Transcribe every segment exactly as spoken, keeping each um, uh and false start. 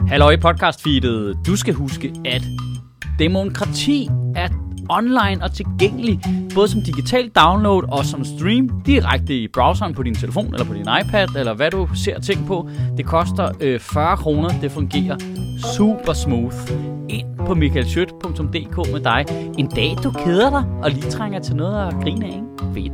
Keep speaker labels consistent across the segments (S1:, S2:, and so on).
S1: Halløj podcastfeedet. Du skal huske, at demokrati er online og tilgængelig, både som digital download og som stream direkte i browseren på din telefon eller på din iPad, eller hvad du ser ting på. Det koster øh, fyrre kroner. Det fungerer super smooth. Ind på michael schødt punktum d k med dig. En dag du keder dig og lige trænger til noget at grine af, ikke? Fedt.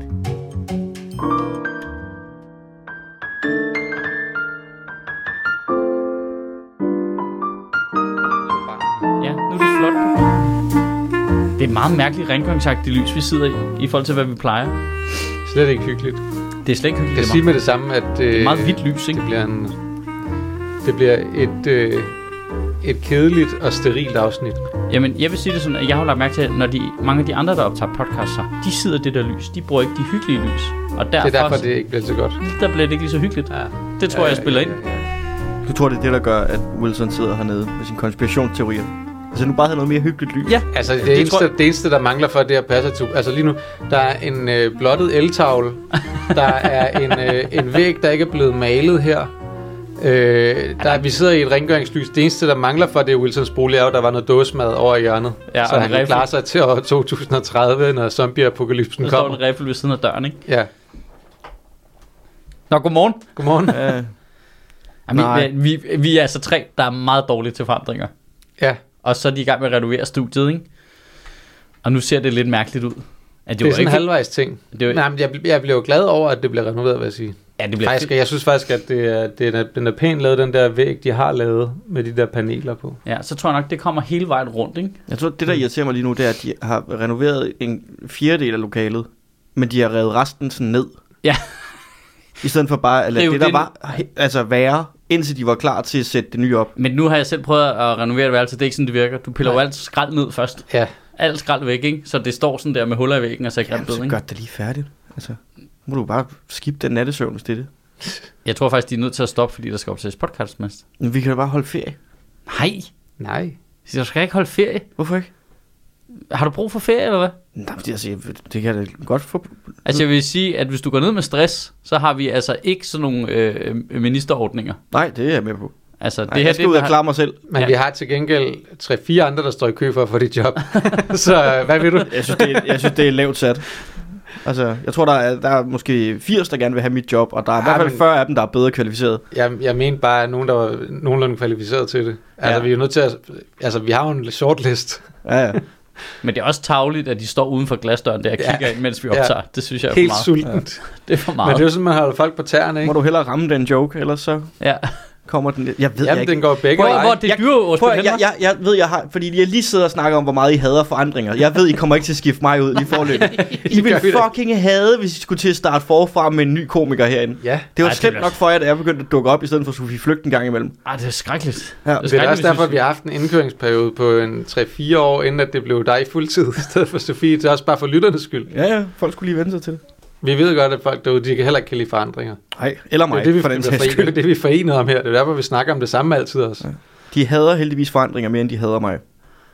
S1: Ja, nu er det flot på. Det er et meget mærkeligt rengøringsagtigt lys, vi sidder i, i forhold til, hvad vi plejer.
S2: Slet ikke hyggeligt.
S1: Det er slet ikke hyggeligt.
S2: Jeg siger med det samme, at øh,
S1: det er meget hvidt lys, ikke?
S2: Det bliver, en, det bliver et, øh, et kedeligt og sterilt afsnit.
S1: Jamen, jeg vil sige det sådan, at jeg har lagt mærke til, at når de, mange af de andre, der optager podcaster, de sidder det der lys. De bruger ikke de hyggelige lys. Og derfor,
S2: det er derfor, det ikke bliver så godt.
S1: Der bliver det ikke lige så hyggeligt. Ja. Det tror ja, jeg spiller ja, ind. Ja, ja.
S3: Du tror, det er det, der gør, at Wilson sidder hernede med sin konspirationsteorier? Altså, nu bare havde noget mere hyggeligt lys.
S1: Ja.
S2: Altså, det, det, eneste, det eneste, der mangler for, at det her passer til... Altså, lige nu, der er en øh, blottet eltavle. Der er en, øh, en væg, der ikke er blevet malet her. Øh, der, vi sidder i et rengøringslys. Det eneste, der mangler for, det er Wilsons bolig, er jo, der var noget dåsemad over i hjørnet. Ja, så han kan klare sig til år to tusind og tredive, når zombie-apokalypsen kommer.
S1: Der står en riffel ved siden af døren, ikke?
S2: Ja.
S1: Nå, godmorgen.
S2: Godmorgen.
S1: Ja. Jamen, vi, vi, vi er altså tre, der er meget dårlige til forandringer.
S2: Ja.
S1: Og så er de i gang med at renovere studiet, ikke? Og nu ser det lidt mærkeligt ud.
S2: At det, det er sådan en halvvejs ting. Det var... Nej, men jeg, jeg blev jo glad over, at det bliver renoveret, vil jeg sige.
S1: Ja, det bliver
S2: faktisk, jeg synes faktisk, at det er, det er, den er pænt lavet, den der væg, de har lavet med de der paneler på.
S1: Ja, så tror jeg nok, det kommer hele vejen rundt, ikke?
S3: Jeg tror, det der irriterer mig lige nu, det er, at de har renoveret en fjerdedel af lokalet, men de har revet resten sådan ned.
S1: Ja.
S3: I stedet for bare at lade det, det der
S1: den...
S3: var altså være, indtil de var klar til at sætte det nye op.
S1: Men nu har jeg selv prøvet at renovere et værelse, det er ikke sådan, det virker. Du piller jo alt skrald ned først.
S2: Ja.
S1: Alt skrald væk, ikke? Så det står sådan der med huller i væggen og så grimt ud, ikke?
S3: Gør det lige færdigt. Altså, må du bare skifte den nattesøvn, hvis det er det.
S1: Jeg tror faktisk, de er nødt til at stoppe, fordi der skal optages podcast mest.
S3: Men vi kan da bare holde ferie.
S1: Nej.
S2: Nej.
S1: Så du skal ikke holde ferie.
S3: Hvorfor ikke?
S1: Har du brug for ferie, eller hvad?
S3: Nej, det, altså, det kan jeg da godt få.
S1: Altså jeg vil sige, at hvis du går ned med stress, så har vi altså ikke sådan nogle øh, ministerordninger.
S3: Nej, det er jeg med på.
S1: Altså, det
S3: Nej,
S1: her,
S3: jeg skal
S1: det,
S3: ud og klare mig selv.
S2: Men
S1: ja.
S2: Vi har til gengæld tre-fire andre, der står i kø for at få dit job. Så hvad vil du?
S3: Jeg synes, det er, jeg synes, det er lavt sat. Altså, jeg tror, der er, der er måske firs, der gerne vil have mit job, og der er ja, i hvert fald men... fyrre af dem, der er bedre kvalificeret.
S2: Jeg, jeg mente bare, at nogen, der var nogenlunde kvalificeret til det. Altså, ja. vi er nødt til at... Altså, vi har jo en shortlist.
S3: Ja, ja.
S1: Men det er også tarveligt, at de står uden for glasdøren der og kigger ja. ind, mens vi optager. Ja. Det synes jeg er
S2: helt
S1: for meget.
S2: Helt sultent.
S1: Ja. Det er for meget.
S2: Men det er jo sådan, man holder folk på tæerne, ikke?
S3: Må du hellere ramme den joke, ellers så...
S1: Ja.
S3: Kommer den jeg ved
S2: Jamen,
S3: jeg ikke.
S2: den går begge
S1: veje. Hvor det dyre ord
S3: jeg, jeg, jeg, jeg ved jeg har fordi jeg lige sidder og snakker om hvor meget I hader forandringer. Jeg ved I kommer ikke til at skifte mig ud lige forløb. I vil fucking hade hvis I skulle til at starte forfra med en ny komiker herinde.
S2: Ja.
S3: Det var
S1: Ej,
S3: slemt
S1: det
S3: nok for jer, at jeg begyndte at dukke op i stedet for Sofie Flygt en gang imellem.
S1: Ej, det er skrækkeligt.
S3: Ja.
S1: Det er,
S2: skrækkeligt, det er også derfor at vi har haft en indkøringsperiode på en tre-fire år inden at det blev dig i fuldtid i stedet for Sofie. Det er også bare for lytternes skyld.
S3: Ja ja, folk skulle lige vende sig til det.
S2: Vi ved godt, at folk derude, de kan heller ikke kan lide forandringer.
S3: Nej, eller mig,
S2: det er det, vi,
S3: for den
S2: sags skyld. Det er det, vi er forenet om her. Det er derfor, vi snakker om det samme altid også. Ja.
S3: De hader heldigvis forandringer mere, end de hader mig.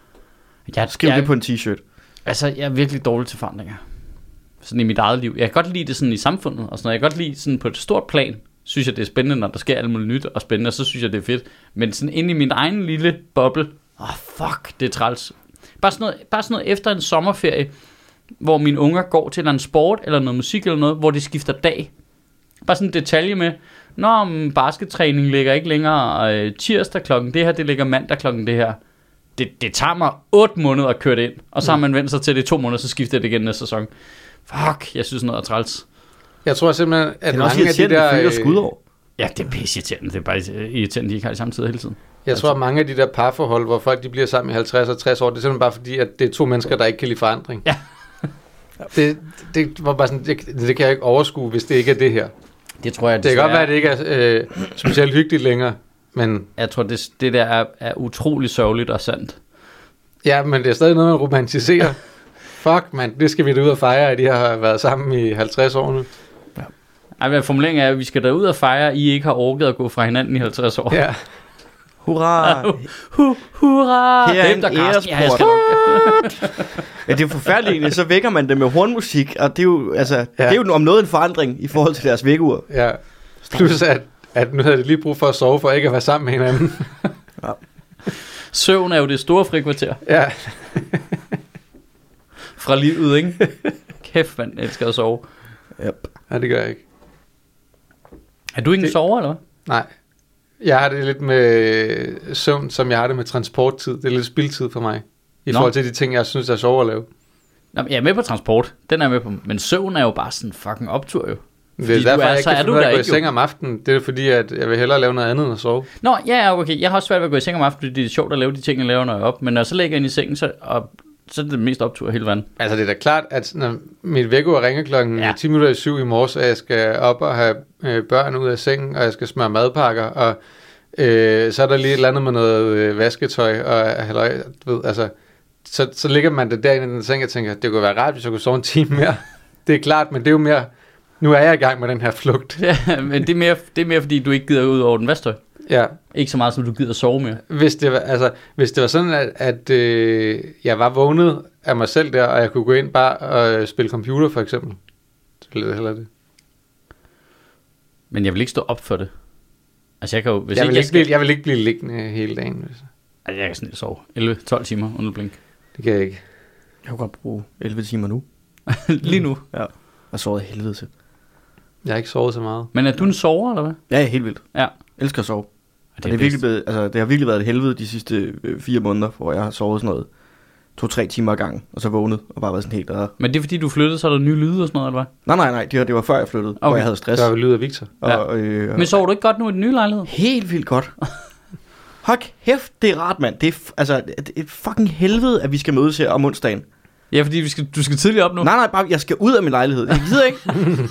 S3: Jeg, Skriv jeg, det på en t-shirt.
S1: Altså, jeg er virkelig dårlig til forandringer. Sådan i mit eget liv. Jeg kan godt lide det sådan i samfundet, og sådan noget. Jeg kan godt lide sådan på et stort plan, synes jeg, det er spændende, når der sker alt muligt nyt og spændende, og så synes jeg, det er fedt. Men sådan inde i min egen lille boble, åh, oh, fuck, det er træls. Bare sådan noget, bare sådan noget efter en sommerferie, hvor mine unger går til en sport eller noget musik eller noget, hvor de skifter dag. Bare sådan en detalje med, nå, baskettræning ligger ikke længere øh, tirsdag klokken det her, det ligger mandag klokken det her. Det, det tager mig otte måneder at køre det ind, og så har man vendt sig til det i to måneder, så skifter det igen næste sæson. Fuck, jeg synes noget er træls.
S2: Jeg tror simpelthen, at
S3: mange
S2: af de der...
S3: Det skudår.
S1: Ja, det er pisse irriterende. Det er bare irriterende, de ikke har i samme tid hele tiden.
S2: Jeg tror, at mange af de der parforhold, hvor folk de bliver sammen i halvtreds og tres år, det er simpelthen bare fordi, at det er to mennesker, der ikke kan lide forandring.
S1: Ja.
S2: Det, det var bare sådan, det, det kan jeg ikke overskue, hvis det ikke er det her.
S1: Det tror jeg,
S2: det kan godt være, at det ikke er øh, specielt hyggeligt længere, men...
S1: Jeg tror, det, det der er, er utrolig sørgeligt og sandt.
S2: Ja, men det er stadig noget, man romantiserer. Fuck, man, det skal vi da ud og fejre, at de har været sammen i halvtreds år nu.
S1: Ja. Ej, formuleringen er, at vi skal da ud og fejre, at I ikke har orket at gå fra hinanden i halvtreds år.
S2: Ja.
S3: Hurra!
S1: Uh, hu, hurra!
S3: Her er en æresport. Ja, det er forfærdeligt egentlig. Så vækker man dem med hornmusik, og det er jo, altså, ja. det er jo om noget en forandring i forhold til deres vækkeur.
S2: Ja. Plus at, at nu havde de lige brug for at sove, for ikke at være sammen med hinanden.
S3: Ja.
S1: Søvn er jo det store frikvarter
S2: Ja.
S1: fra livet, ikke? Kæft, man elsker at sove.
S3: Yep.
S2: Ja, det gør jeg ikke.
S1: Er du ikke en
S2: Det-
S1: sover, eller hvad?
S2: Nej. Jeg har det lidt med søvn, som jeg har det med transporttid. Det er lidt spildtid for mig. I
S1: Nå.
S2: forhold til de ting, jeg synes, der er sjovere at lave.
S1: Nå, jeg er med på transport. Den er jeg med på. Men søvn er jo bare sådan en fucking optur, jo.
S2: Det
S1: Fordi
S2: er derfor,
S1: du er-
S2: jeg ikke
S1: så
S2: kan
S1: er
S2: finde
S1: du
S2: ud af
S1: der
S2: at gå i
S1: ikke, jo.
S2: seng om aftenen. Det er fordi, at jeg vil hellere lave noget andet end at sove.
S1: Nå, ja, ja, okay. Jeg har også svært ved at gå i seng om aftenen, fordi det er sjovt at lave de ting, jeg laver, når jeg er op. Men når jeg så ligger ind i sengen, så, og, så er det det mest optur hele verden.
S2: Altså, det er da klart, at når mit vækkeur ringer klokken
S1: Ja.
S2: ja. ti minutter i syv i morges, og jeg skal op og have øh, børn ud af sengen, og jeg skal smøre madpakker, og øh, så er der lige et eller andet med noget øh, vasketøj, og halløj, du ved, altså, så, så ligger man det derinde i den seng, og tænker, det kunne være rart, hvis jeg kunne sove en time mere. Det er klart, men det er jo mere, nu er jeg i gang med den her flugt.
S1: Ja, men det er, mere, det er mere, fordi du ikke gider ud over den vasketøj.
S2: Ja,
S1: Ikke så meget, som du gider sove mere.
S2: hvis det var, altså, hvis det var sådan, at, at øh, jeg var vågnet af mig selv der, og jeg kunne gå ind bare og spille computer, for eksempel, så ville det heller det.
S1: Men jeg vil ikke stå op for det. Altså, jeg kan jo... Hvis
S2: Jeg
S1: ikke
S2: vil,
S1: jeg,
S2: ikke
S1: skal,
S2: blive, jeg vil ikke blive liggende hele dagen. Hvis.
S1: altså, jeg kan sådan lidt sove. elleve tolv timer under blink.
S2: Det kan jeg ikke.
S3: Jeg kunne godt bruge elleve timer nu.
S1: Lige nu.
S3: Ja. Og sovet helvede til.
S2: Jeg har ikke sovet så meget.
S1: Men er du en sover, eller hvad?
S3: Ja, helt vildt.
S1: Ja.
S3: Elsker at sove.
S1: Det
S3: Det, det, er virkelig blevet, altså, det har virkelig været et helvede de sidste øh, fire måneder, hvor jeg har sovet sådan noget to-tre timer ad gangen, og så vågnet og bare været sådan helt... Øh.
S1: Men det er fordi, du flyttede, så er der nye lyde og sådan noget, eller hvad?
S3: Nej, nej, nej, det var, det var før jeg flyttede, okay. Hvor jeg havde stress.
S2: Der var lyd af Victor.
S3: Og, øh,
S1: Men sover du ikke godt nu i den nye lejlighed?
S3: Helt vildt godt. Hold kæft, det er rart, mand. Det er, f- altså, det er et fucking helvede, at vi skal mødes her om onsdagen.
S1: Ja, fordi vi skal, du skal tidligt op nu.
S3: Nej, nej, bare, jeg skal ud af min lejlighed. Jeg gider ikke.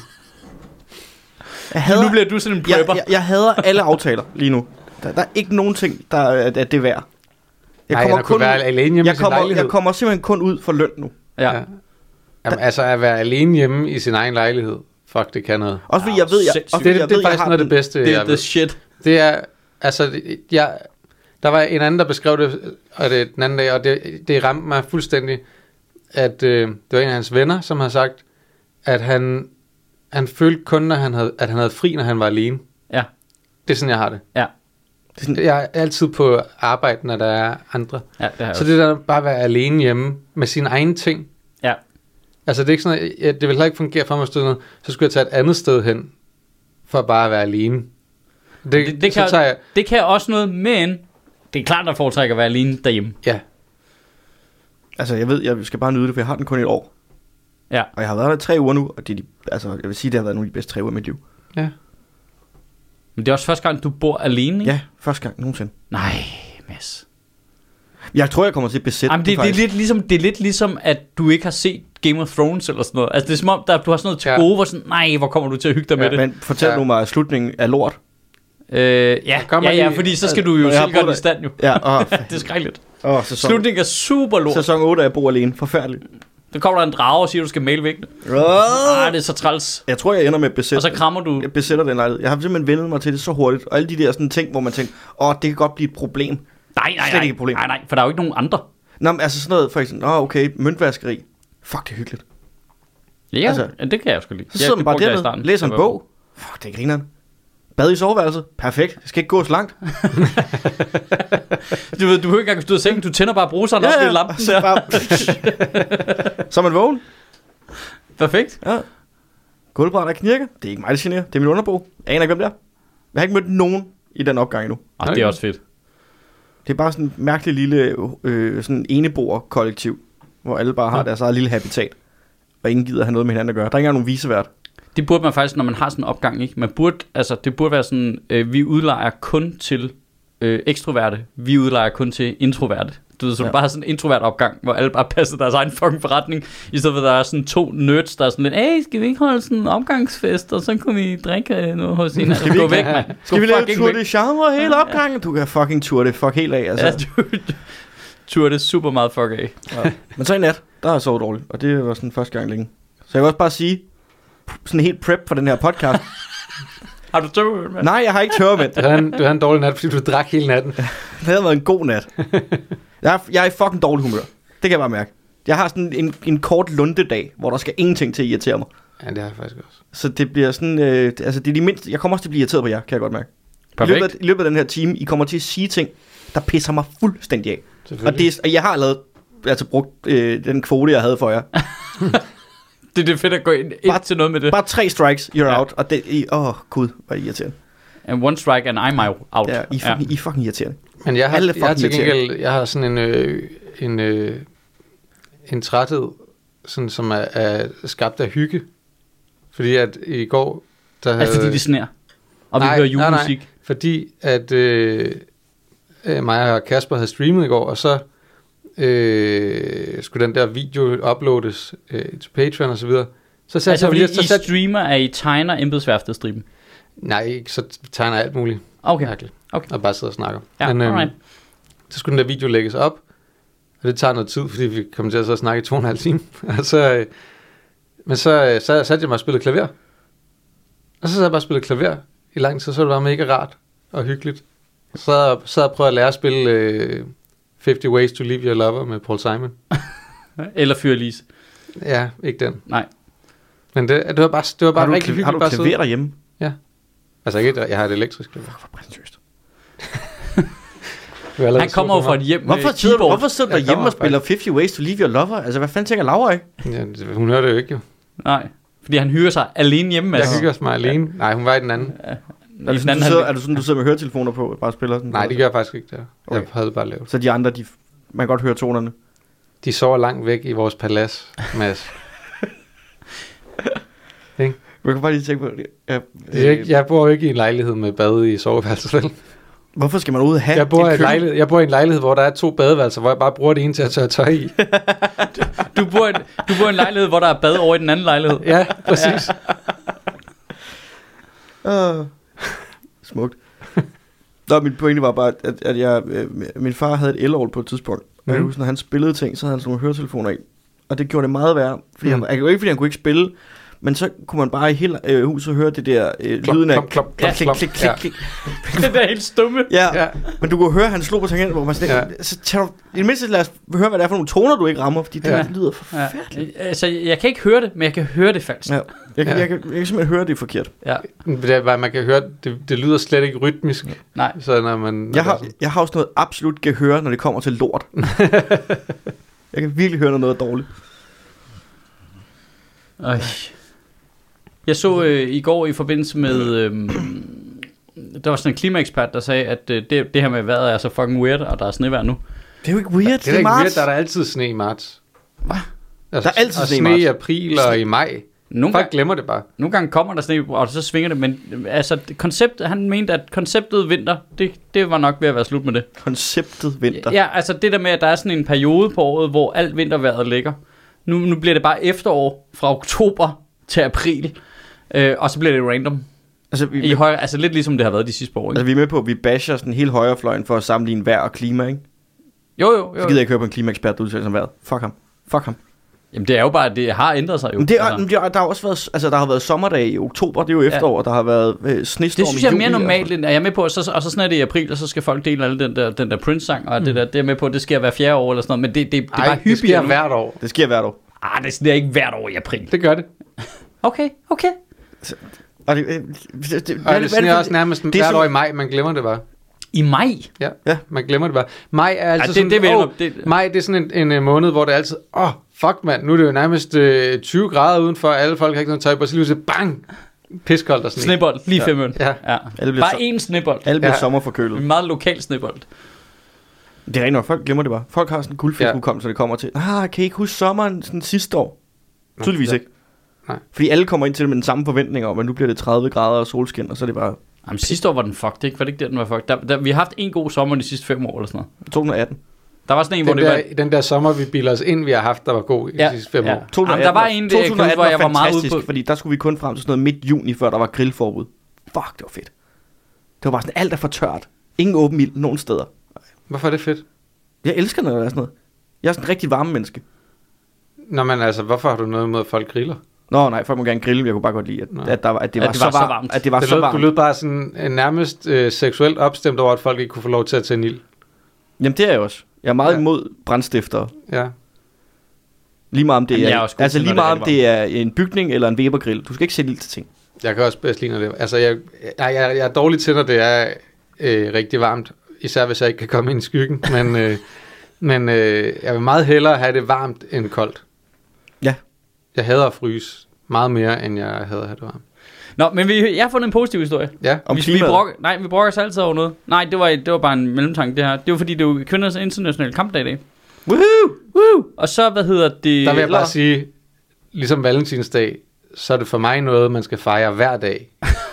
S3: Jeg hader,
S1: Nu bliver du sådan en
S3: jeg,
S1: prepper.
S3: jeg, jeg hader alle aftaler lige nu. Der, der er ikke nogen ting, der er, at det er værd. Jeg
S2: Nej, han kunne være alene hjemme
S3: jeg
S2: i sin
S3: kommer,
S2: lejlighed.
S3: jeg kommer simpelthen kun ud for løn nu.
S1: Ja.
S2: Ja. Jamen, altså at være alene hjemme i sin egen lejlighed. Fuck, det kan noget.
S3: Også fordi jeg ved, jeg,
S1: sindssygt.
S3: også fordi
S2: Det,
S3: jeg
S2: det
S3: ved,
S2: er
S3: jeg
S2: faktisk
S3: har
S2: noget af det
S3: den-
S2: bedste,
S1: Det er
S2: jeg
S1: the
S2: ved.
S1: shit.
S2: Det er, altså, det- jeg, der var en anden, der beskrev det, og det den anden dag, og det, det ramte mig fuldstændig, at øh, det var en af hans venner, som havde sagt, at han, han følte kun, når han havde, at han havde fri, når han var alene.
S1: Ja.
S2: Det er sådan, jeg har det.
S1: Ja.
S3: Det er sådan,
S2: Jeg er altid på arbejde, når der er andre.
S1: Ja, det har
S2: Så
S1: jeg
S2: det der bare at være alene hjemme med sine egne ting.
S1: Ja.
S2: Altså det er ikke sådan, at jeg- det vil heller ikke fungere for mig at stå noget. Så skulle jeg tage et andet sted hen, for bare at være alene. Det,
S1: Det, det,
S2: så
S1: kan,
S2: tager jeg,
S1: det kan også noget, men det er klart, der foretrækker at være alene derhjemme.
S2: ja,
S3: altså, jeg ved, jeg skal bare nyde det, for jeg har den kun i et år.
S1: Ja.
S3: Og jeg har været der i tre uger nu, og det er de, altså, jeg vil sige, det har været nogle af de bedste tre uger i mit liv.
S2: ja.
S1: Men det er også første gang, du bor alene, ikke?
S3: Ja, første gang nogensinde.
S1: Nej, Mads.
S3: Jeg tror, jeg kommer til at besætte
S1: Jamen, det,
S3: den,
S1: det, er
S3: faktisk.
S1: lidt ligesom, det er lidt ligesom, at du ikke har set Game of Thrones eller sådan noget. Altså, det er som om, der, du har sådan noget til
S2: Ja.
S1: gode, hvor sådan, nej, hvor kommer du til at hygge dig
S2: Ja,
S1: med det?
S3: Men fortæl
S2: Ja.
S3: nu mig, at slutningen er lort.
S1: Øh, ja,
S2: Der kommer
S1: ja, ja,
S2: lige-
S1: fordi så skal du jo
S3: Når jeg har
S1: selv gøre
S3: boet
S1: det i stand, jo.
S3: Ja, og
S1: Det er skrækkeligt.
S3: åh, sæson,
S1: Slutningen er super lort.
S3: sæson otte er jeg bor alene. Forfærdeligt.
S1: Så kommer der en drage og siger, at du skal male væggene.
S3: Oh.
S1: Ah, det er så træls.
S3: Jeg tror, jeg ender med at besætte.
S1: Og så krammer du.
S3: Jeg besætter den lejlighed. Jeg har simpelthen vendet mig til det så hurtigt. Og alle de der sådan ting, hvor man tænker, åh, det kan godt blive et problem.
S1: Nej, nej,
S3: Slet
S1: nej.
S3: ikke et problem.
S1: Nej, nej, for der er jo ikke nogen andre.
S3: Nå, men altså sådan noget, for eksempel, åh, okay, møntvaskeri. Fuck, det er hyggeligt.
S1: Ja,
S3: Altså,
S1: altså, ja, det kan jeg jo sgu lide.
S3: Så sidder man bare
S1: brugte jeg i
S3: dernede,
S1: starten.
S3: læser en
S1: Det var-
S3: bog. Fuck, det er grineren. Bad i soveværelset. Perfekt. Det skal ikke gå så langt.
S1: Du ved, du behøver ikke engang stå i sengen, du tænder bare bruseren op ved lampen
S3: så,
S1: der.
S3: bare... så er man vågen.
S1: Perfekt.
S3: Ja. Gulvbræt der knirker. Det er ikke mig, der generer. Det er min underbo. Jeg aner ikke, hvem det er. Jeg har ikke mødt nogen i den opgang endnu.
S1: Og det er også fedt.
S3: Det er bare sådan en mærkelig lille øh, sådan eneboer-kollektiv, hvor alle bare har
S1: Ja.
S3: deres eget lille habitat. Og ingen gider have noget med hinanden at gøre. Der er ikke engang nogen visevært.
S1: Det burde man faktisk, når man har sådan en opgang, ikke? Man burde, altså, det burde være sådan, øh, vi udlejer kun til øh, ekstroverte, vi udlejer kun til introverte. Du ved, så ja.
S3: Ja.
S1: du bare har sådan en introvert opgang, hvor alle bare passer deres egen fucking forretning, i stedet for at der er sådan to nerds, der er sådan lidt, hey, skal vi ikke holde sådan en opgangsfest, og så kan vi drikke noget hos hinanden.
S3: Skal vi
S1: Gå
S3: ikke-
S1: væk, mand. Gå
S3: Skal vi lave
S1: fucking
S3: Tour
S1: væk.
S3: de Chambre hele opgangen? Du kan fucking tour det fuck helt af, altså.
S1: Ja, du, du tur det super meget fuck af.
S3: Ja. Men så i nat, der har jeg sovet dårligt, og det var sådan første gang længe. Så jeg vil også bare sige, sådan helt prep for den her podcast.
S1: Har du tøv, mand?
S3: Nej, jeg har ikke tørvendt.
S2: Du havde, en, du havde en dårlig nat, fordi du drak hele natten.
S3: Det havde været en god nat. Jeg er, jeg er i fucking dårlig humør. Det kan jeg bare mærke. Jeg har sådan en, en kort lundedag, hvor der skal ingenting til at irritere mig.
S2: Ja, det har jeg faktisk også.
S3: Så det bliver sådan, øh, altså det er de mindste, jeg kommer også til at blive irriteret på jer, kan jeg godt mærke. I løbet, af, I løbet af den her time, I kommer til at sige ting, der pisser mig fuldstændig af. Og, det, og jeg har lavet, altså brugt øh, den kvote, jeg havde for jer.
S1: det, det er fedt at gå ind, ind
S3: bare,
S1: til noget med det.
S3: Bare tre strikes, you're ja. out. Og det, åh oh, gud, hvor er det irriterende.
S1: And one strike and I'm out.
S3: Ja, I er fucking, ja. I er fucking irriterende.
S2: Men jeg har, jeg har til gengæld, jeg har sådan en, øh, en, øh, en træthed, sådan, som er, er skabt af hygge. Fordi at i går... Der
S1: altså
S2: havde,
S1: fordi det sner, og
S2: nej,
S1: vi hører julemusik.
S2: Nej, nej, fordi at øh, øh, mig og Kasper havde streamet i går, og så øh, skulle den der video uploades øh, til Patreon og så videre. Så satte
S1: altså
S2: jeg
S1: fordi
S2: lige, så
S1: I
S2: sat,
S1: streamer, er I tegner embedsværftet streamen?
S2: Nej, ikke, så tegner alt muligt.
S1: Okay. okay.
S2: Og bare sidder og snakker.
S1: Ja,
S2: Men, øhm,
S1: right.
S2: så skulle den der video lægges op, og det tager noget tid, fordi vi kommer til at så snakke i to og en halv time. og så, øh, men så, så satte jeg mig og spillede klaver. Og så sad jeg bare og spillede klaver i lang tid, så var det bare mega rart og hyggeligt. Så sad jeg, sad jeg og prøvede at lære at spille øh, fifty Ways to Leave Your Lover med Paul Simon.
S1: Eller Fyr Elise.
S2: Ja, ikke den.
S1: Nej.
S2: Men det, det var bare, det var bare
S3: har
S2: rigtig
S3: du,
S2: hyggeligt.
S3: Har du klaver derhjemme?
S2: Ja. Altså ikke, jeg har et elektrisk klaver.
S3: Fuck, hvor præsentøst.
S1: Han kommer jo fra et hjem
S3: hvorfor
S1: med
S3: sidder du,
S1: keyboard.
S3: hvorfor sidder du derhjemme og spiller fifty Ways to Leave Your Lover? Altså, hvad fanden tænker Laura ikke?
S2: Ja, hun hører det jo ikke, jo.
S1: Nej, fordi han hygger sig alene hjemme.
S2: Jeg
S1: altså.
S2: hygger mig alene. Ja. Nej, hun var i den anden.
S1: Ja.
S3: Er det, sådan, du sidder, er det sådan, du sidder med høretelefoner på og bare spiller sådan?
S2: Nej, det gør jeg faktisk ikke der.
S3: Okay.
S2: Jeg havde det bare lavet.
S3: Så de andre, de, man kan godt høre tonerne?
S2: De sover langt væk i vores palads, Mads. Ikke?
S3: Jeg kan bare lige tænke på det. Ja,
S2: Det er ikke, jeg bor jo ikke i en lejlighed med bad i soveværelset, vel?
S3: Hvorfor skal man ud og have
S2: jeg bor,
S3: et
S2: i en lejlighed, jeg bor i en lejlighed, hvor der er to badeværelser, hvor jeg bare bruger det ene til at tørre tøj i.
S1: du, bor i, du bor i en lejlighed, hvor der er bad over i den anden lejlighed.
S2: Ja, præcis.
S3: Ja. Uh, smukt. Nå, min pointe var bare, at, at jeg, øh, min far havde et el-ovl på et tidspunkt. Mm. Jeg husker, når han spillede ting, så havde han sådan nogle høretelefoner i. Og det gjorde det meget værre. Fordi mm. han, ikke fordi han kunne ikke spille, men så kunne man bare i hele øh, huset høre det der øh,
S2: klop,
S3: lyden af
S2: klop, klop, klop,
S3: klik,
S2: klop,
S3: klik, klik,
S2: ja.
S3: klik.
S1: Det der helt stumme.
S3: Ja,
S2: ja,
S3: men du kunne høre, at han slog på tangenten, hvor man sådan, ja. Så tager du, i det mindste lad os høre, hvad det er for nogle toner, du ikke rammer, fordi det ja. lyder forfærdeligt.
S1: Ja. Altså, jeg kan ikke høre det, men jeg kan høre det falsk.
S3: Ja. Jeg, kan,
S2: ja.
S3: jeg, kan, jeg kan simpelthen høre, det er forkert.
S1: Ja.
S2: Det er bare, man kan høre, det, det lyder slet ikke rytmisk. Ja.
S1: Nej.
S2: Så når man, når
S3: jeg, har, jeg har også noget absolut gehør, når det kommer til lort. Jeg kan virkelig høre noget dårligt.
S1: Øj. Jeg så øh, i går i forbindelse med øh, der var sådan en klimaekspert, der sagde, at øh, det, det her med vejret er så fucking weird, og der er snevejr nu.
S3: Det er jo ikke weird,
S2: det er, det er ikke weird, der er der altid sne i marts.
S1: Hvad?
S2: Altså,
S3: der er altid
S2: og
S3: sne i
S2: sne
S3: marts.
S2: i april og i maj.
S1: Nogle
S2: Folk
S1: gang,
S2: glemmer det bare.
S1: Nogle gange kommer der sne, og så svinger det, men altså, koncept, han mente, at konceptet vinter, det, det var nok ved at være slut med det.
S3: Konceptet vinter?
S1: Ja, altså det der med, at der er sådan en periode på året, hvor alt vintervejret ligger. Nu, nu bliver det bare efterår fra oktober til april. Øh, og så bliver det random.
S3: Altså, vi,
S1: I højre, altså lidt ligesom det har været de sidste par år, ikke?
S3: Altså vi er med på, at vi basher sådan hele højrefløjen for at sammenligne vejr og klima, ikke?
S1: Jo, jo, jo.
S3: Så gider jeg ikke høre på en klimaekspert, der udtaler sig om vejret. Fuck ham. Fuck ham.
S1: Jamen det er jo bare, at det har ændret sig jo.
S3: Men det er,
S1: altså.
S3: der, der har også været, altså der har været sommerdag i oktober, det er jo efterår, ja. Der har været øh, snestorm i juli.
S1: Det synes jeg er mere normalt, end er jeg med på, og så, og så snart det i april, og så skal folk dele alle den der, den der Prince-sang, og mm. det der, det er med på, det sker hver fjerde år eller sådan noget, men det, det, det er
S2: Ej,
S1: bare hyppigt.
S2: det sker hvert år.
S3: Det sker hvert år.
S1: Ah, det sker ikke hvert år i april.
S2: Det gør det.
S1: Okay, okay.
S3: Så, og det, det, det, det,
S2: og det sneer også nærmest
S3: det
S2: hvert
S3: som,
S2: år i maj, man glemmer det bare.
S1: I maj?
S2: Ja, ja, man glemmer det bare. Maj er altid
S1: ja, det,
S2: sådan,
S1: det
S2: oh,
S1: det,
S2: maj det er sådan en, en måned, hvor det er altid, åh, oh, fuck mand, nu er det jo nærmest øh, tyve grader udenfor, alle folk har ikke noget tøj på, så lige så bang, piskoldt og sådan.
S1: Snebold, lige fem øl.
S2: Ja.
S1: Ja. Bare én snebold.
S3: Alle bliver
S2: ja.
S3: sommerforkølet.
S1: En meget lokal snebold.
S3: Det er rent nok, folk glemmer det bare. Folk har sådan en guldfiskudkommelse, ja. Det kommer til, ah, kan I ikke huske sommeren sådan sidste år? Tydeligvis ja. Ikke.
S2: Nej.
S3: Fordi alle kommer ind til det med den samme forventning om, at nu bliver det tredive grader og solskin, og så er det bare...
S1: Jamen sidste år var den fucked, ikke? Var det ikke der, den var fucked? Der, der, vi har haft en god sommer de sidste fem år eller sådan noget.
S3: to tusind og atten.
S1: Der var sådan en,
S2: den
S1: hvor
S2: der,
S1: det var...
S2: Den der sommer, vi bilder os ind, vi har haft, der var god i
S1: ja,
S2: de sidste fem
S1: ja.
S2: år.
S1: to tusind og atten, Jamen, der var en, det,
S3: jeg
S1: hvor jeg var meget ude på...
S3: fordi der skulle vi kun frem til sådan noget midt juni, før der var grillforbud. Fuck, det var fedt. Det var bare sådan, alt er for tørt. Ingen åben ild nogen steder.
S2: Hvorfor er det fedt?
S3: Jeg elsker, når der er sådan noget. Jeg er sådan en rigtig varme menneske.
S2: Nå, men altså, hvorfor har du noget imod, at folk griller?
S3: Nå nej, folk må gerne grille, men jeg kunne bare godt lide, at, at, der var, at det var,
S1: at det
S3: så,
S1: var
S3: varmt,
S1: så varmt.
S3: At det var
S2: det
S3: så
S2: lød,
S3: varmt.
S2: Du lød bare sådan øh, nærmest øh, seksuelt opstemt over, at folk ikke kunne få lov til at tænde ild.
S3: Jamen det er jeg også. Jeg er meget
S2: ja.
S3: imod brandstiftere.
S2: Ja.
S3: Lige meget om det
S1: Jamen,
S3: er,
S1: er
S3: altså
S1: til,
S3: lige meget om det er en bygning eller en Weber-grill. Du skal ikke sætte ild til ting.
S2: Jeg kan også bedst lide, når det altså jeg, jeg, jeg, jeg er dårlig til, når det er øh, rigtig varmt, især hvis jeg ikke kan komme ind i skyggen, men, øh, men øh, jeg vil meget hellere have det varmt end koldt.
S3: Ja.
S2: Jeg hader at fryse meget mere, end jeg hader at have det varmt.
S1: Nå, men vi, jeg har fundet en positiv historie.
S2: Ja,
S3: om
S1: vi, vi brokker, nej, vi brokker os altid over noget. Nej, det var, det var bare en mellemtanke, det her. Det var fordi, det var kvindernes internationale kampdag i dag.
S3: Woohoo!
S1: Woo! Og så, hvad hedder det...
S2: Der vil jeg bare sige, ligesom Valentinsdag, så er det for mig noget, man skal fejre hver dag.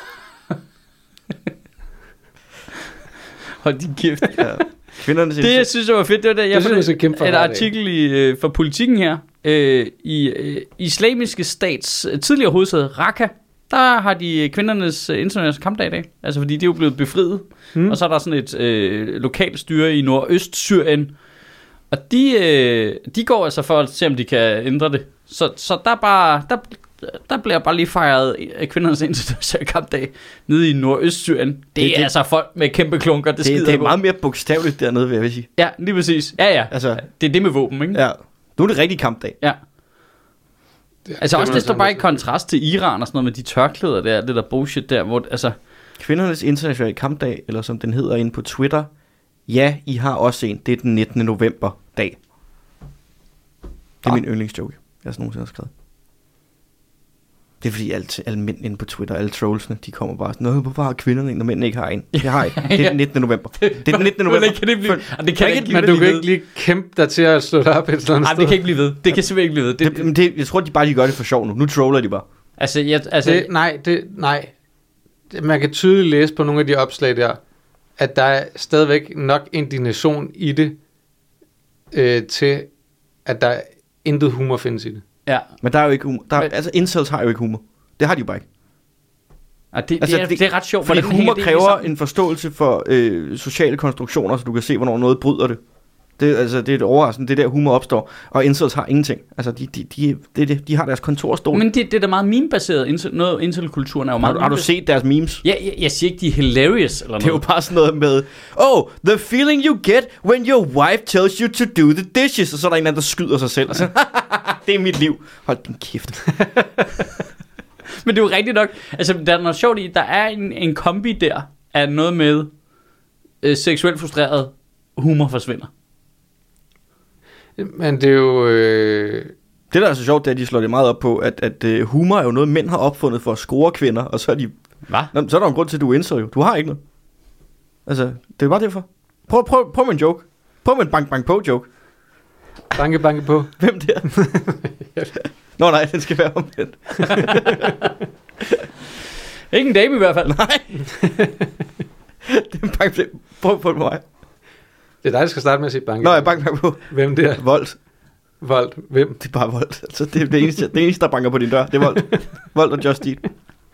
S1: Hold din kæft.
S3: Ja. Kvindernes
S1: Det, jeg synes, det var fedt, det var det, jeg
S2: Det synes jeg, skal kæmpe for
S1: et
S2: hver dag.
S1: artikel i, øh, for Politikken her. Øh, I øh, islamiske stats øh, tidligere hovedsæde, Raqqa, der har de kvindernes øh, internationale kampdag i dag. Altså, fordi de er jo blevet befriet.
S2: Hmm.
S1: Og så er der sådan et øh, lokalt styre i Nordøst-Syrien. Og de, øh, de går altså for at se, om de kan ændre det. Så, så der, er bare, der, der bliver bare lige fejret kvindernes internationale kampdag nede i Nordøst-Syrien. Det, det er
S3: det,
S1: altså folk med kæmpe klunker, det,
S3: det,
S1: skider
S3: det er
S1: på.
S3: meget mere bogstaveligt dernede, vil jeg vil sige.
S1: Ja, lige præcis. Ja, ja.
S3: Altså,
S1: Det er det med våben, ikke?
S3: ja. Nu er det rigtig kampdag.
S1: Ja.
S2: Det,
S1: Altså
S2: det
S1: også
S2: må
S1: det
S2: jeg
S1: står bare i
S2: sige.
S1: kontrast til Iran og sådan noget med de tørklæder der, det der bullshit der, hvor altså...
S3: Kvindernes internationale kampdag, eller som den hedder inde på Twitter. Ja, I har også en. Det er den nittende november dag. Det er
S1: Ah.
S3: min yndlingsjoke, jeg sådan nogensinde har skrevet. Det er fordi alt, alle mænd inde på Twitter, alle trollsene, de kommer bare sådan, Nå, hvorfor har kvinderne en, når mændene ikke har en? Det har I. Det er den nittende november. Det er den nittende november.
S1: Men det kan det blive... Og det kan
S3: ikke
S1: ikke
S2: Men
S1: blive
S2: du kan
S1: ved.
S2: ikke lige kæmpe dig til at slå dig op et eller andet
S1: Nej,
S2: sted.
S1: det kan ikke blive ved. Det kan simpelthen ikke blive ved. Det,
S3: Det, men det, jeg tror, de bare de gør det for sjov nu. Nu troller de bare.
S1: altså, jeg, altså,
S2: Det, nej, det, nej. Det, man kan tydeligt læse på nogle af de opslag der, at der er stadigvæk nok indignation i det, øh, til at der intet humor findes i det.
S1: ja.
S3: Men der er jo ikke humor. Der,
S1: Men-
S3: altså, incels har jo ikke humor. Det har de jo bare ikke.
S1: Og det,
S3: Altså,
S1: det, er, det, det er ret sjovt.
S3: Fordi
S1: hvordan
S3: humor
S1: hænger det
S3: kræver
S1: sammen?
S3: en forståelse for øh, sociale konstruktioner, så du kan se, hvornår noget bryder det. Det, altså, det er et overraskende, det er der humor opstår. Og incels har ingenting. Altså, de, de, de, det, det, de har deres kontorstol.
S1: Men det, det er da meget meme-baseret. Incel- Noget Intel-kulturen er jo
S3: har,
S1: meget
S3: du, har du
S1: meme-baseret.
S3: set deres memes?
S1: Ja, jeg, jeg siger ikke, de er hilarious eller noget.
S3: Det er jo bare sådan noget med, oh, the feeling you get when your wife tells you to do the dishes. Og så er der en eller anden, der skyder sig selv. Og så, det er mit liv. Hold din kæft.
S1: Men det er jo rigtigt nok. Altså, der er noget sjovt i, der er en, en kombi der af noget med øh, seksuelt frustreret humor forsvinder.
S2: Men det er jo... Øh,
S3: Det, der er så sjovt, det er, at de slår det meget op på, at, at uh, humor er jo noget, mænd har opfundet for at score kvinder. Og så er de...
S1: Hvad?
S3: Nå, så er der jo en grund til, at du er incel jo. Du har ikke noget. Altså, det er bare derfor. Prøv, prøv, prøv med en joke. Prøv med en bank bank på joke.
S2: banke, banke på.
S3: Hvem der? Nå nej, den skal være omvendt.
S1: Ikke en dame i hvert fald.
S3: Nej. Det er en bank Prøv på mig.
S2: Det er dig, der skal starte med at sige banke.
S3: Nå, jeg bank bank på.
S2: Hvem der?
S3: Vold.
S2: Vold. Hvem?
S3: Det er bare vold. Altså, det er det eneste, det eneste, der banker på din dør. Det er vold. Vold og Just Eat.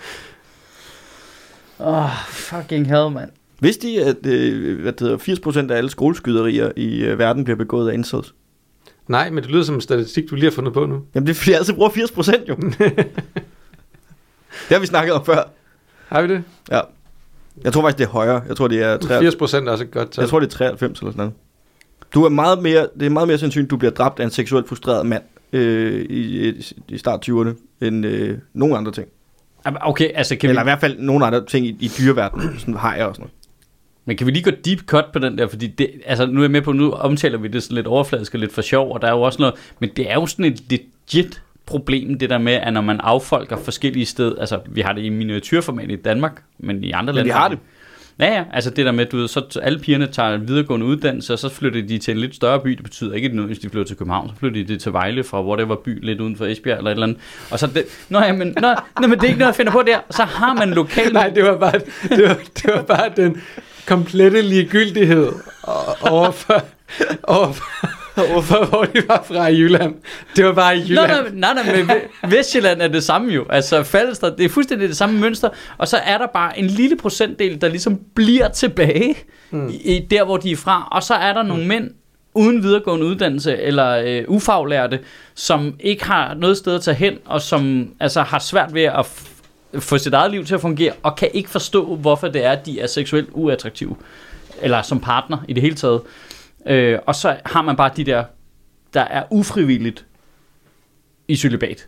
S1: Åh, oh, fucking hell, mand.
S3: Vidste I, at øh, hvad det hedder, firs procent af alle skoleskyderier i øh, verden bliver begået af incels?
S2: Nej, men det lyder som en statistik, du lige har fundet på nu.
S3: Jamen, det er fordi, jeg altid bruger firs procent jo. Det har vi snakket om før.
S2: Har vi det?
S3: Ja. Jeg tror faktisk, det er højere. Jeg tror, det er tre-
S2: firs procent er også et godt tal.
S3: Jeg tror, det er treoghalvfems eller sådan noget. Du er meget mere, det er meget mere sandsynligt, at du bliver dræbt af en seksuelt frustreret mand øh, i, i, i start tyverne, end øh, nogen andre ting.
S1: Okay, altså kan
S3: Eller i
S1: vi,
S3: hvert fald nogle andre ting i, i dyreverdenen, sådan hajer og sådan noget.
S1: men kan vi lige gå deep cut på den der, fordi det, altså nu er jeg med på, nu omtaler vi det sådan lidt overfladisk og lidt for sjov, og der er jo også noget, men det er jo sådan et legit problem, det der med, at når man affolker forskellige steder, altså vi har det i miniatyrformat i Danmark, men i andre
S3: Men
S1: lande...
S3: vi har det.
S1: Ja, ja, altså det der med, du ved, så alle pigerne tager en videregående uddannelse, og så flytter de til en lidt større by. Det betyder ikke noget, hvis de flytter til København, så flytter de til Vejle fra whatever by, lidt uden for Esbjerg eller et eller andet. Og så det, nå ja, men, nå, nå, men det er ikke noget, jeg finder på der. Så har man lokal...
S2: Nej, det var bare, det var, det var bare den komplette ligegyldighed overfor, overfor, overfor, hvor de var fra i Jylland. Det var bare i Jylland.
S1: Nej, nej, nej, nej, men Vestjylland er det samme jo. Altså Falster, det er fuldstændig det samme mønster. Og så er der bare en lille procentdel, der ligesom bliver tilbage mm. i, der, hvor de er fra. Og så er der nogle mænd uden videregående uddannelse eller øh, ufaglærte, som ikke har noget sted at tage hen, og som altså har svært ved at f- få sit eget liv til at fungere, og kan ikke forstå, hvorfor det er, at de er seksuelt uattraktive. Eller som partner i det hele taget. Øh, og så har man bare de der, der er ufrivilligt i cølibat.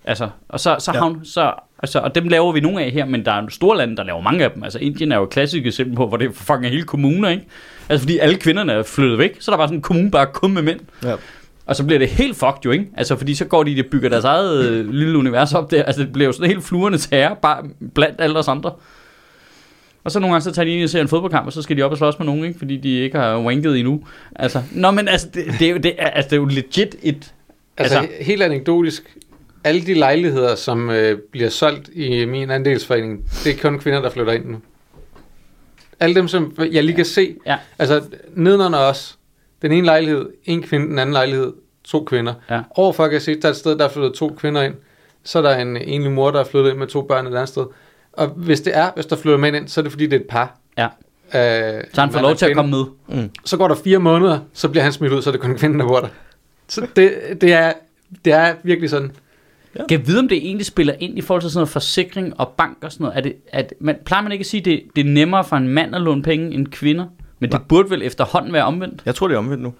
S1: Altså, og så, så,
S3: Ja.
S1: havn, så altså, og dem laver vi nogle af her, men der er store lande, der laver mange af dem. Altså, Indien er jo et klassisk eksempel på, hvor det er fucking hele kommuner, ikke? Altså, fordi alle kvinderne er flyttet væk, så er der bare sådan en kommune bare kun med mænd.
S3: Ja.
S1: Og så bliver det helt fucked jo, ikke? Altså, fordi så går de, de bygger deres eget øh, lille univers op der. Altså, det bliver jo sådan helt fluernes herre, bare blandt alle os andre. Og så nogle gange, så tager de ind og ser en fodboldkamp, og så skal de op og slås med nogen, ikke? Fordi de ikke har wanket endnu. Altså, nå, men altså, det, det, er, jo, det, er, altså, det er jo legit et...
S2: Altså,
S1: Altså-
S2: helt anekdotisk, alle de lejligheder, som øh, bliver solgt i min andelsforening, det er kun kvinder, der flytter ind nu. Alle dem, som jeg lige kan se,
S1: Ja.
S2: altså nedenunder os, den ene lejlighed, en kvinde, den anden lejlighed, to kvinder.
S1: Ja.
S2: Overfor kan jeg se, der er et sted, der er flyttet to kvinder ind, så er der en enlig mor, der er flyttet ind med to børn et andet sted. Og hvis det er, hvis der flytter mænd ind, så er det fordi, det er et par.
S1: Ja.
S2: Øh,
S1: Så han får
S2: mand
S1: lov
S2: og
S1: til at
S2: kvinde.
S1: komme med.
S3: Mm.
S2: Så går der fire måneder, så bliver han smidt ud, så er det kun kvinden, der bor der. Så det, det, er, det er virkelig sådan.
S1: Kan jeg vide, om det egentlig spiller ind i forhold til sådan noget forsikring og bank og sådan noget? Er det, at man, plejer man ikke at sige, at det, det er nemmere for en mand at låne penge end kvinder? Men det
S3: Nej.
S1: burde vel efterhånden være omvendt?
S3: Jeg tror, det er omvendt nu.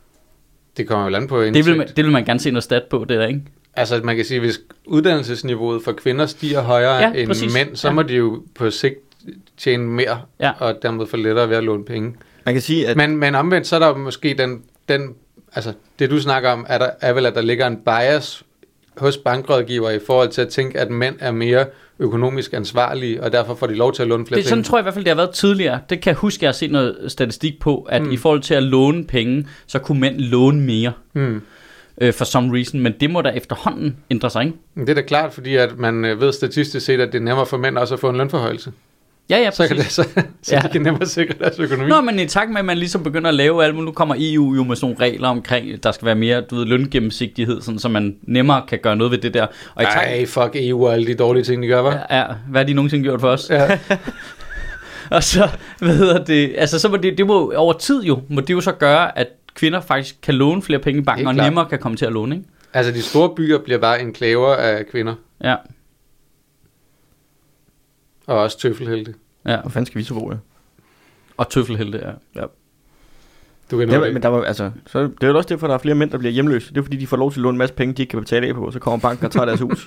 S2: Det kommer jo an på
S1: Det
S2: indsigt.
S1: vil, man, det vil man gerne se noget stat på, det der, ikke?
S2: Altså, man kan sige, hvis uddannelsesniveauet for kvinder stiger højere
S1: Ja,
S2: end
S1: præcis.
S2: mænd, så
S1: Ja.
S2: må de jo på sigt tjene mere,
S1: Ja.
S2: og dermed få lettere ved at låne penge.
S3: Man kan sige, at
S2: Men, men omvendt, så er der jo måske den, den, altså det du snakker om, er, der, er vel, at der ligger en bias hos bankrådgiver i forhold til at tænke, at mænd er mere økonomisk ansvarlige, og derfor får de lov til at låne flere
S1: Det, sådan
S2: penge.
S1: tror jeg i hvert fald, det har været tidligere. Det kan jeg huske, jeg har set noget statistik på, at
S2: Mm.
S1: mm. i forhold til at låne penge, så kunne mænd låne mere.
S2: Hmm.
S1: Øh, for some reason. Men det må da efterhånden ændre sig, ikke?
S2: Det er da klart, fordi at man øh, ved statistisk set, at det er nemmere for mænd også at få en lønforhøjelse.
S1: Ja, ja,
S2: Så, kan det,
S1: præcis.
S2: så, så
S1: Ja.
S2: de kan nemmere sikre deres økonomi.
S1: Nå, men i takt med, at man ligesom begynder at lave alt, nu kommer E U jo med sådan nogle regler omkring, der skal være mere, du ved, løngennemsigtighed, sådan, så man nemmere kan gøre noget ved det der. Og i takt,
S2: Ej, fuck E U og alle de dårlige ting, de gør, hva'?
S1: ja, hvad har de nogensinde gjort for os?
S2: Ja.
S1: Og så, hvad hedder det, altså så må det, det må over tid jo, må det jo så gøre, at kvinder faktisk kan låne flere penge i banken,
S2: Helt
S1: og
S2: klart.
S1: nemmere kan komme til at låne, ikke?
S2: Altså, de store byer bliver bare enklaver af kvinder,
S1: Ja,
S2: og også tøffelhelte.
S1: ja.
S3: hvor fanden skal vi så bo, ja?
S1: Og tøffelhelte, ja.
S2: Du kan nå
S3: Ja,
S2: det.
S3: men der var, altså, så det er jo også derfor, der er flere mænd, der bliver hjemløse. Det er fordi, de får lov til at låne en masse penge, de ikke kan betale af på, så kommer banken og tager deres hus.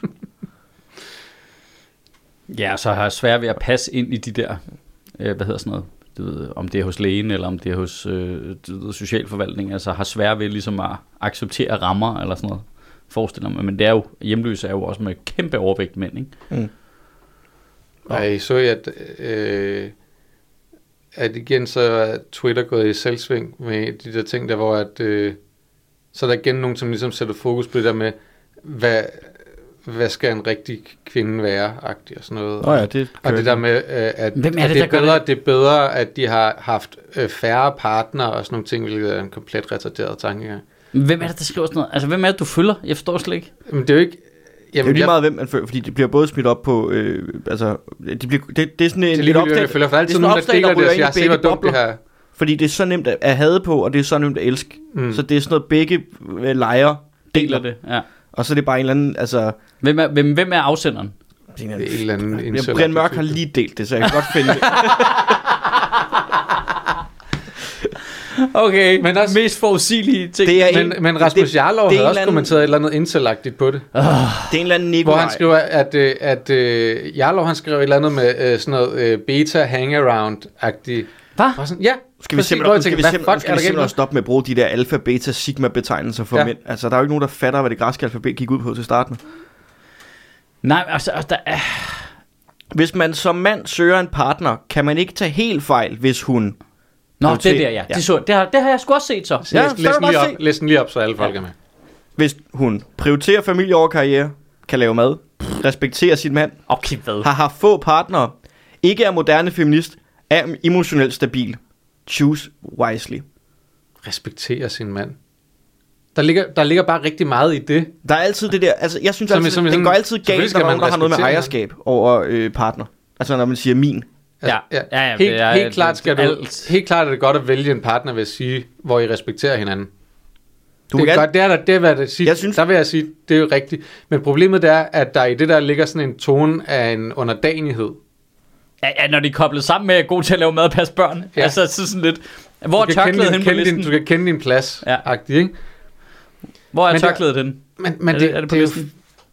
S1: Ja, så har jeg svært ved at passe ind i de der, øh, hvad hedder sådan noget, du ved, om det er hos lægen, eller om det er hos øh, du ved, socialforvaltning, altså har svært ved ligesom at acceptere rammer, eller sådan noget, forestiller mig. Men det er jo, hjemløse er jo også med kæmpe overvægt mænd, ikke?
S3: Mm.
S2: Ej, så jeg, at, øh, at igen så er Twitter gået i selvsving med de der ting der, hvor at, øh, så er der igen nogen, som ligesom sætter fokus på det der med, hvad, hvad skal en rigtig kvinde være, agtig og sådan noget.
S3: Nå ja, det
S2: Og det der med, øh, at,
S1: Hvem er
S2: at
S1: det,
S2: det,
S1: der
S2: er
S1: gør
S2: bedre,
S1: det?
S2: det er bedre, at de har haft øh, færre partnere og sådan nogle ting, hvilket er en komplet retarderet tankegang.
S1: Hvem er det, der skriver sådan noget? Altså, hvem er det, du følger? Jeg forstår slet ikke.
S2: Men det er jo ikke...
S3: Det er jo lige meget, hvem man følger, fordi det bliver både smidt op på, øh, altså, det, bliver, det, det er sådan en,
S2: det er
S3: et
S2: lige
S3: opslag,
S2: jeg følger, for
S3: det er
S2: altid
S3: sådan
S2: nogen, der
S3: opslag, der
S2: deler det
S3: ryger
S2: og
S3: ind
S2: siger,
S3: i
S2: se
S3: begge
S2: hvor dumt det
S3: bobler.
S2: her.
S3: fordi det er så nemt at, at hade på, og det er så nemt at elske.
S2: Mm.
S3: Mm. Så det er sådan noget, begge øh, lejre
S1: Deler det, ja.
S3: Og så er det bare en eller anden, altså...
S1: Hvem er, hvem, hvem er afsenderen?
S3: Det er en
S2: Det er en eller anden
S3: Ja,
S2: incel-
S3: Brian Mørk har lige delt det, så jeg kan godt finde det.
S1: Okay,
S2: Men også-
S1: mest forudsigelige ting.
S3: Det er en,
S2: Men, men Rasmus
S3: det-
S2: Jarlov
S3: det er
S2: havde
S3: en
S2: også
S3: eller anden-
S2: kommenteret et eller andet intelagtigt på det.
S3: det er en eller anden Nikolaj.
S2: Hvor han skriver, at, øh, at øh, Jarlov han skrev et eller andet med øh, sådan noget øh, beta hangaround-agtigt.
S1: Hvad?
S2: Og sådan, ja,
S3: Skal vi
S2: præcis,
S3: simpelthen,
S2: hvor jeg
S3: nu skal vi
S2: tænker, hvad
S3: simpelthen, nu
S2: fuck
S3: skal
S2: er
S3: vi
S2: der galt
S3: simpelthen
S2: med?
S3: stoppe med at bruge de der alfa, beta, sigma betegnelser for
S2: Ja.
S3: ja. mænd. Altså, der er jo ikke nogen, der fatter, hvad det græske alfabet gik ud på til starten.
S1: Nej, altså, altså, der er...
S3: Hvis man som mand søger en partner, kan man ikke tage helt fejl, hvis hun...
S1: Nå,
S3: Prioritet.
S1: det der, ja.
S3: Ja.
S1: Det, så, det, har, det har jeg sgu også set så.
S2: Ja,
S3: Ja, så
S2: læs,
S3: kan
S2: læs,
S3: du
S2: den lige
S3: bare
S2: op,
S3: se.
S2: læs den lige op, så alle folk er med.
S3: Hvis hun prioriterer familie over karriere, kan lave mad, respekterer sin mand,
S1: Okay, hvad?
S3: har haft få partnere, ikke er moderne feminist, er emotionelt stabil. Choose wisely.
S2: Respektere sin mand. Der ligger, der ligger bare rigtig meget i det.
S3: Der er altid det der, altså jeg synes
S2: Som-
S3: altid,
S2: som-
S3: det
S2: som-
S3: går altid
S2: selvfølgelig
S3: galt,
S2: skal
S3: når
S2: man
S3: nogen, der har noget med
S2: respektere
S3: ejerskab over øh, partner. Altså når man siger min.
S2: Altså,
S1: Ja, ja, ja,
S2: helt,
S1: det er-
S2: helt, klart
S1: det-
S2: skal du,
S1: alt.
S2: helt klart er det godt at vælge en partner ved at sige, hvor I respekterer hinanden.
S3: Du
S2: det
S3: må
S2: er
S3: gerne,
S2: godt, det er der, det er, hvad det siger.
S3: Jeg synes-
S2: Der vil jeg sige, det er jo rigtigt. Men problemet er, at der i det der ligger sådan en tone af en underdanighed.
S1: Ja, ja, når de er koblet sammen med, at jeg er god til at lave mad og passe børn.
S2: Ja.
S1: Ja. Altså, så sådan lidt... Hvor er
S2: Du kan kende
S1: tørklædet
S2: din,
S1: henne på
S2: kende
S1: listen?
S2: din, du kan kende din plads,
S1: Ja.
S2: agtigt, ikke?
S1: Hvor er
S2: Men det-
S1: tørklædet henne?
S2: Men, men
S1: Er
S2: det,
S1: det- er det på
S2: det, er jo,
S1: listen?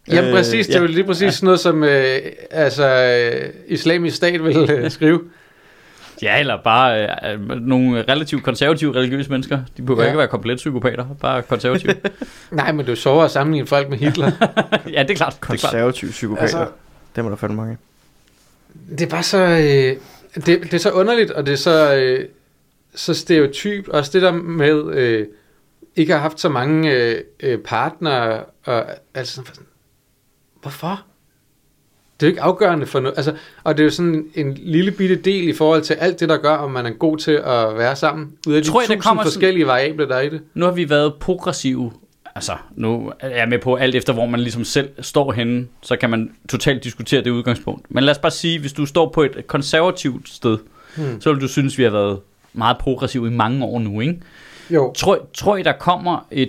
S2: Jamen præcis, det er jo lige præcis sådan noget, som øh, altså, øh, Islamisk Stat vil øh, skrive.
S1: Ja, eller bare øh, nogle relativt konservative religiøse mennesker. De behøver ja. ikke være komplet psykopater, bare konservative.
S2: Nej, men det er jo sjovere at sammenligne folk med Hitler.
S1: Ja, det er klart.
S3: Konservative psykopater, altså, dem er der fandme mange.
S2: Det er bare så, øh, det, det er så underligt, og det er så, øh, så stereotyp. Også det der med øh, ikke at have haft så mange øh, øh, partnere, og altså, hvorfor? Det er jo ikke afgørende for noget. Altså, og det er jo sådan en lille bitte del i forhold til alt det, der gør, om man er god til at være sammen. Ud af de
S1: Tror jeg,
S2: tusind forskellige sådan, variabler, der er i det.
S1: Nu har vi været progressive. Altså, nu er jeg med på alt efter, hvor man ligesom selv står henne, så kan man totalt diskutere det udgangspunkt. Men lad os bare sige, hvis du står på et konservativt sted, hmm. så vil du synes, vi har været meget progressive i mange år nu, ikke?
S2: Jo.
S1: Tror, tror I, der kommer et,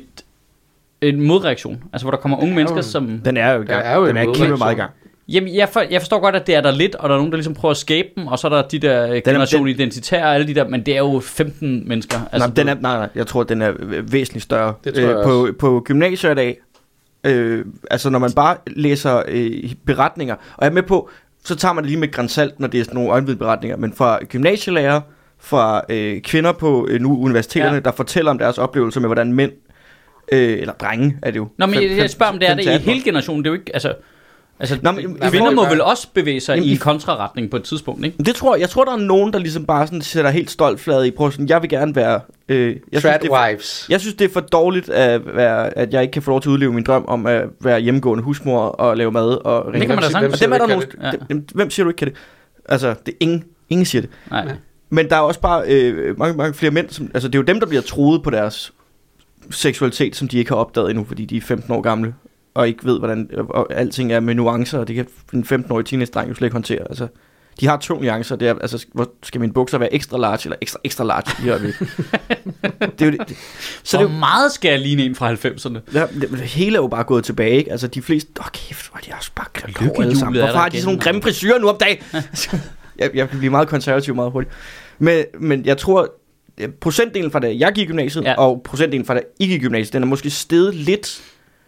S1: en modreaktion? Altså, hvor der kommer unge mennesker, som...
S3: Den er jo i gang.
S2: Der er jo
S3: den er kæmpe meget i gang.
S1: Jamen, jeg, for, jeg forstår godt, at det er der lidt, og der er nogen, der ligesom prøver at skabe dem, og så er der de der generation identitære og alle de der, men det er jo femten mennesker. Altså,
S3: nej, den er, nej, nej, jeg tror, den er væsentligt større.
S2: Det tror jeg
S3: øh, på, på gymnasier i dag, øh, altså når man bare læser øh, beretninger, og jeg er med på, så tager man det lige med grænsalt, når det er sådan nogle øjenvidende beretninger, men fra gymnasielærer, fra øh, kvinder på øh, nu universiteterne, ja. der fortæller om deres oplevelser med, hvordan mænd, øh, eller drenge er det jo.
S1: Nå, men jeg, jeg spørger om det er det i hele generationen, det er jo ikke, altså... Altså, Nå, men, kvinder må vel også bevæge sig jamen, i en kontraretning på et tidspunkt, ikke?
S3: Det tror jeg. Jeg tror, der er nogen, der ligesom bare sådan sætter helt stolt flade i. Prøv sådan, jeg vil gerne være... Øh, jeg, synes, det er,
S2: wives.
S3: jeg synes, det er for dårligt, at, være, at jeg ikke kan få lov til at udleve min drøm om at være hjemmegående husmor og lave mad og ringe.
S1: Det kan man da sagtens.
S3: Og dem er der nogen, ja. dem, hvem siger du ikke kan det? Altså, det er ingen, ingen siger det.
S1: Nej.
S3: Men der er også bare øh, mange, mange flere mænd, som, altså det er jo dem, der bliver truet på deres seksualitet, som de ikke har opdaget endnu, fordi de er femten år gamle. Og ikke ved, hvordan og alting er med nuancer, og det kan en femten-årig teenage-dreng jo slet ikke håndtere. Altså, de har to nuancer, det er, altså, hvor skal mine bukser være ekstra large, eller ekstra, ekstra large, det gør vi. det er jo det, det.
S1: Så hvor det, meget skal jeg ligne en fra halvfemserne?
S3: Ja, det, det hele er jo bare gået tilbage, ikke? Altså, de fleste, åh kæft, hvor de også bare grimme hår alle sammen. Hvorfor har de sådan nogle grimme frisyrer nu om dagen? jeg, jeg kan blive meget konservativ meget hurtigt. Men, men jeg tror, procentdelen fra da jeg gik i gymnasiet, ja. og procentdelen fra da I gik i gymnasiet, den er måske steget lidt.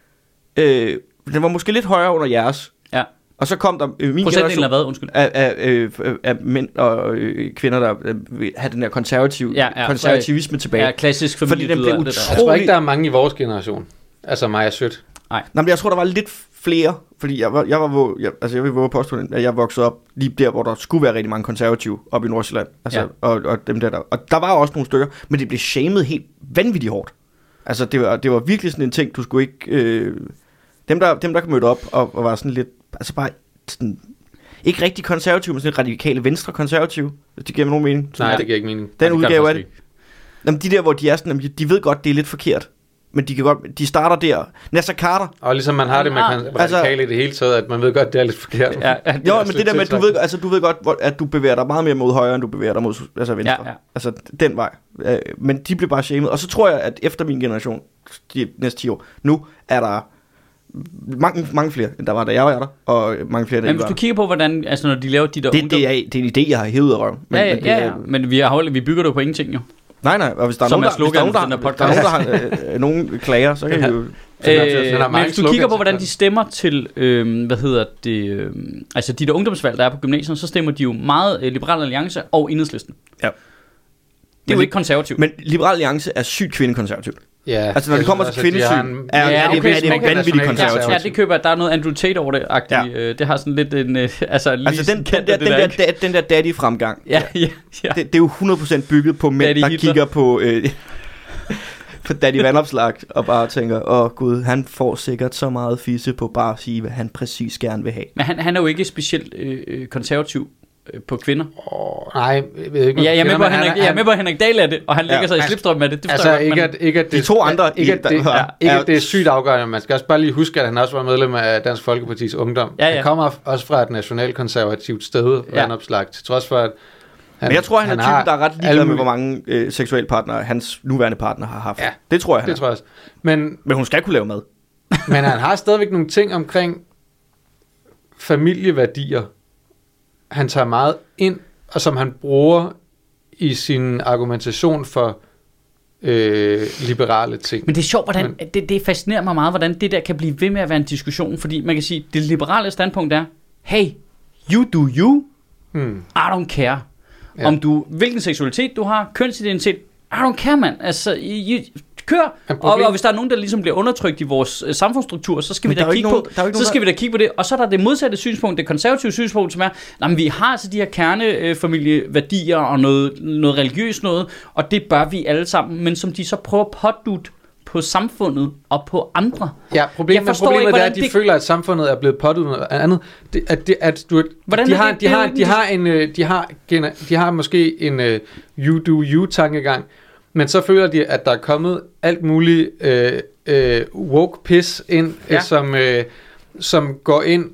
S3: Øh, den var måske lidt højere under jeres.
S1: Ja.
S3: Og så kom der øh, min
S1: procentdelen af hvad, undskyld?
S3: Af, af, øh, af mænd og øh, kvinder, der øh, havde den her konservativ,
S1: ja, ja,
S3: konservativisme tilbage.
S1: Ja, klassisk familie.
S3: Fordi den blev utrolig...
S2: Jeg tror ikke, der er mange i vores generation. Altså mig og Sødt.
S1: Nej.
S3: Nå, men jeg tror, der var lidt flere, fordi jeg var, jeg var jeg, altså jeg vil våge påstå, at jeg voksede op lige der, hvor der skulle være rigtig mange konservative op i Nordsjælland. Altså, ja. og, og, dem der, der. Og der var også nogle stykker, men det blev shamed helt vanvittigt hårdt. Altså, det var, det var virkelig sådan en ting, du skulle ikke... Øh, Dem der, dem der mødte op og, og var sådan lidt, altså bare sådan, ikke rigtig konservativ, men sådan lidt radikale venstre konservativ, hvis det giver mig nogen mening.
S2: Nej, det, det giver ikke mening.
S3: Den
S1: Nej,
S3: udgave af det. Jamen, de der, hvor de er sådan, de ved godt, det er lidt forkert, men de kan godt, de starter der. Nasser Carter.
S2: Og ligesom man har det med radikale altså, i det hele taget, at man ved godt, det er lidt forkert.
S3: Ja, ja, jo, men det der med, at du ved, altså, du ved godt, at du bevæger dig meget mere mod højre, end du bevæger dig mod altså venstre. Ja, ja. Altså den vej. Men de blev bare shamed. Og så tror jeg, at efter min generation, de næste ti år, nu er der mange, mange flere, end der var, da jeg var der, og mange flere, der
S1: men hvis du kigger på, hvordan, altså når de laver de der
S3: det, ungdom... det, er, det er en idé, jeg har hævet af røven.
S1: Men, ja, ja, ja, ja. men vi, har, vi bygger det jo på ingenting, jo.
S3: Nej, nej, og hvis der er nogen, der, hvis der, nogen, der, der, der, er nogen, der har øh, nogen klager, så kan ja. vi jo...
S1: Øh, men hvis du kigger på, hvordan de stemmer til, øh, hvad hedder det, øh, altså de der ungdomsvalg, der er på gymnasiet, så stemmer de jo meget øh, Liberal Alliance og Enhedslisten. Ja. Det er men, jo ikke konservativt.
S3: Men Liberal Alliance er sygt kvindekonservativt.
S2: Ja,
S3: altså når det kommer til kvindesyn,
S2: en,
S3: er,
S1: ja, okay,
S3: er det okay, vanvittigt konservativt.
S1: Ja, det køber, der er noget Andrew Tate over det, ja. øh, det har sådan lidt en, øh, altså lige
S3: altså den, den, der, den, der, der, den der daddy-fremgang,
S1: ja, ja, ja.
S3: Det, det er jo hundrede procent bygget på mænd, der Hitler. Kigger på, øh, på Daddy Vandopslag og bare tænker, åh oh, gud, han får sikkert så meget fisse på bare at sige, hvad han præcis gerne vil have.
S1: Men han, han er jo ikke specielt øh, konservativ på kvinder.
S2: Oh, nej, jeg ved ikke,
S1: ja, jeg er med på, Henrik, han, jeg er med på, Henrik Dahl er det, og han ja, ligger sig i slipstrøm med det. Det
S2: altså,
S1: godt,
S2: ikke,
S1: men...
S2: at, ikke, at det,
S3: de to andre...
S2: Ikke, at det, ja, ja, ikke at det er sygt afgørende. Man skal også bare lige huske, at han også var medlem af Dansk Folkepartis Ungdom. Ja, ja. Han kommer også fra et nationalkonservativt sted, ja. Vandopslag, til trods for, at
S3: han, men jeg tror, han, han er typen, der er ret ligeglad med, hvor mange øh, seksualpartnere hans nuværende partner har haft. Ja, det tror jeg, han
S2: det er. Tror jeg også. Men,
S3: men hun skal kunne lave mad.
S2: Men han har stadigvæk nogle ting omkring familieværdier, han tager meget ind, og som han bruger i sin argumentation for øh, liberale ting.
S1: Men det er sjovt, hvordan,
S2: Men,
S1: det, det fascinerer mig meget, hvordan det der kan blive ved med at være en diskussion, fordi man kan sige, det liberale standpunkt er, hey, you do you,
S2: hmm.
S1: I don't care. Ja. Om du, hvilken seksualitet du har, kønsidentitet, I don't care, mand. Altså, I, kør. Og, og hvis der er nogen, der ligesom bliver undertrykt i vores øh, samfundsstruktur, så skal men vi da kigge nogen, på, så nogen, skal der... vi da kigge på det. Og så er der det modsatte synspunkt, det konservative synspunkt, som er, nej, men vi har altså de her kernefamilieværdier og noget, noget religiøst noget, og det bør vi alle sammen, men som de så prøver at pådutte på samfundet og på andre.
S2: Ja, problem, men problemet ikke, er, at de det... føler, at samfundet er blevet påduttet noget andet. Det, at, det, at du, de, har, det, de, har, de, har en, de, har, de har måske en uh, you do you tankegang, men så føler de, at der er kommet alt muligt øh, øh, woke piss ind, ja. øh, som, øh, som går ind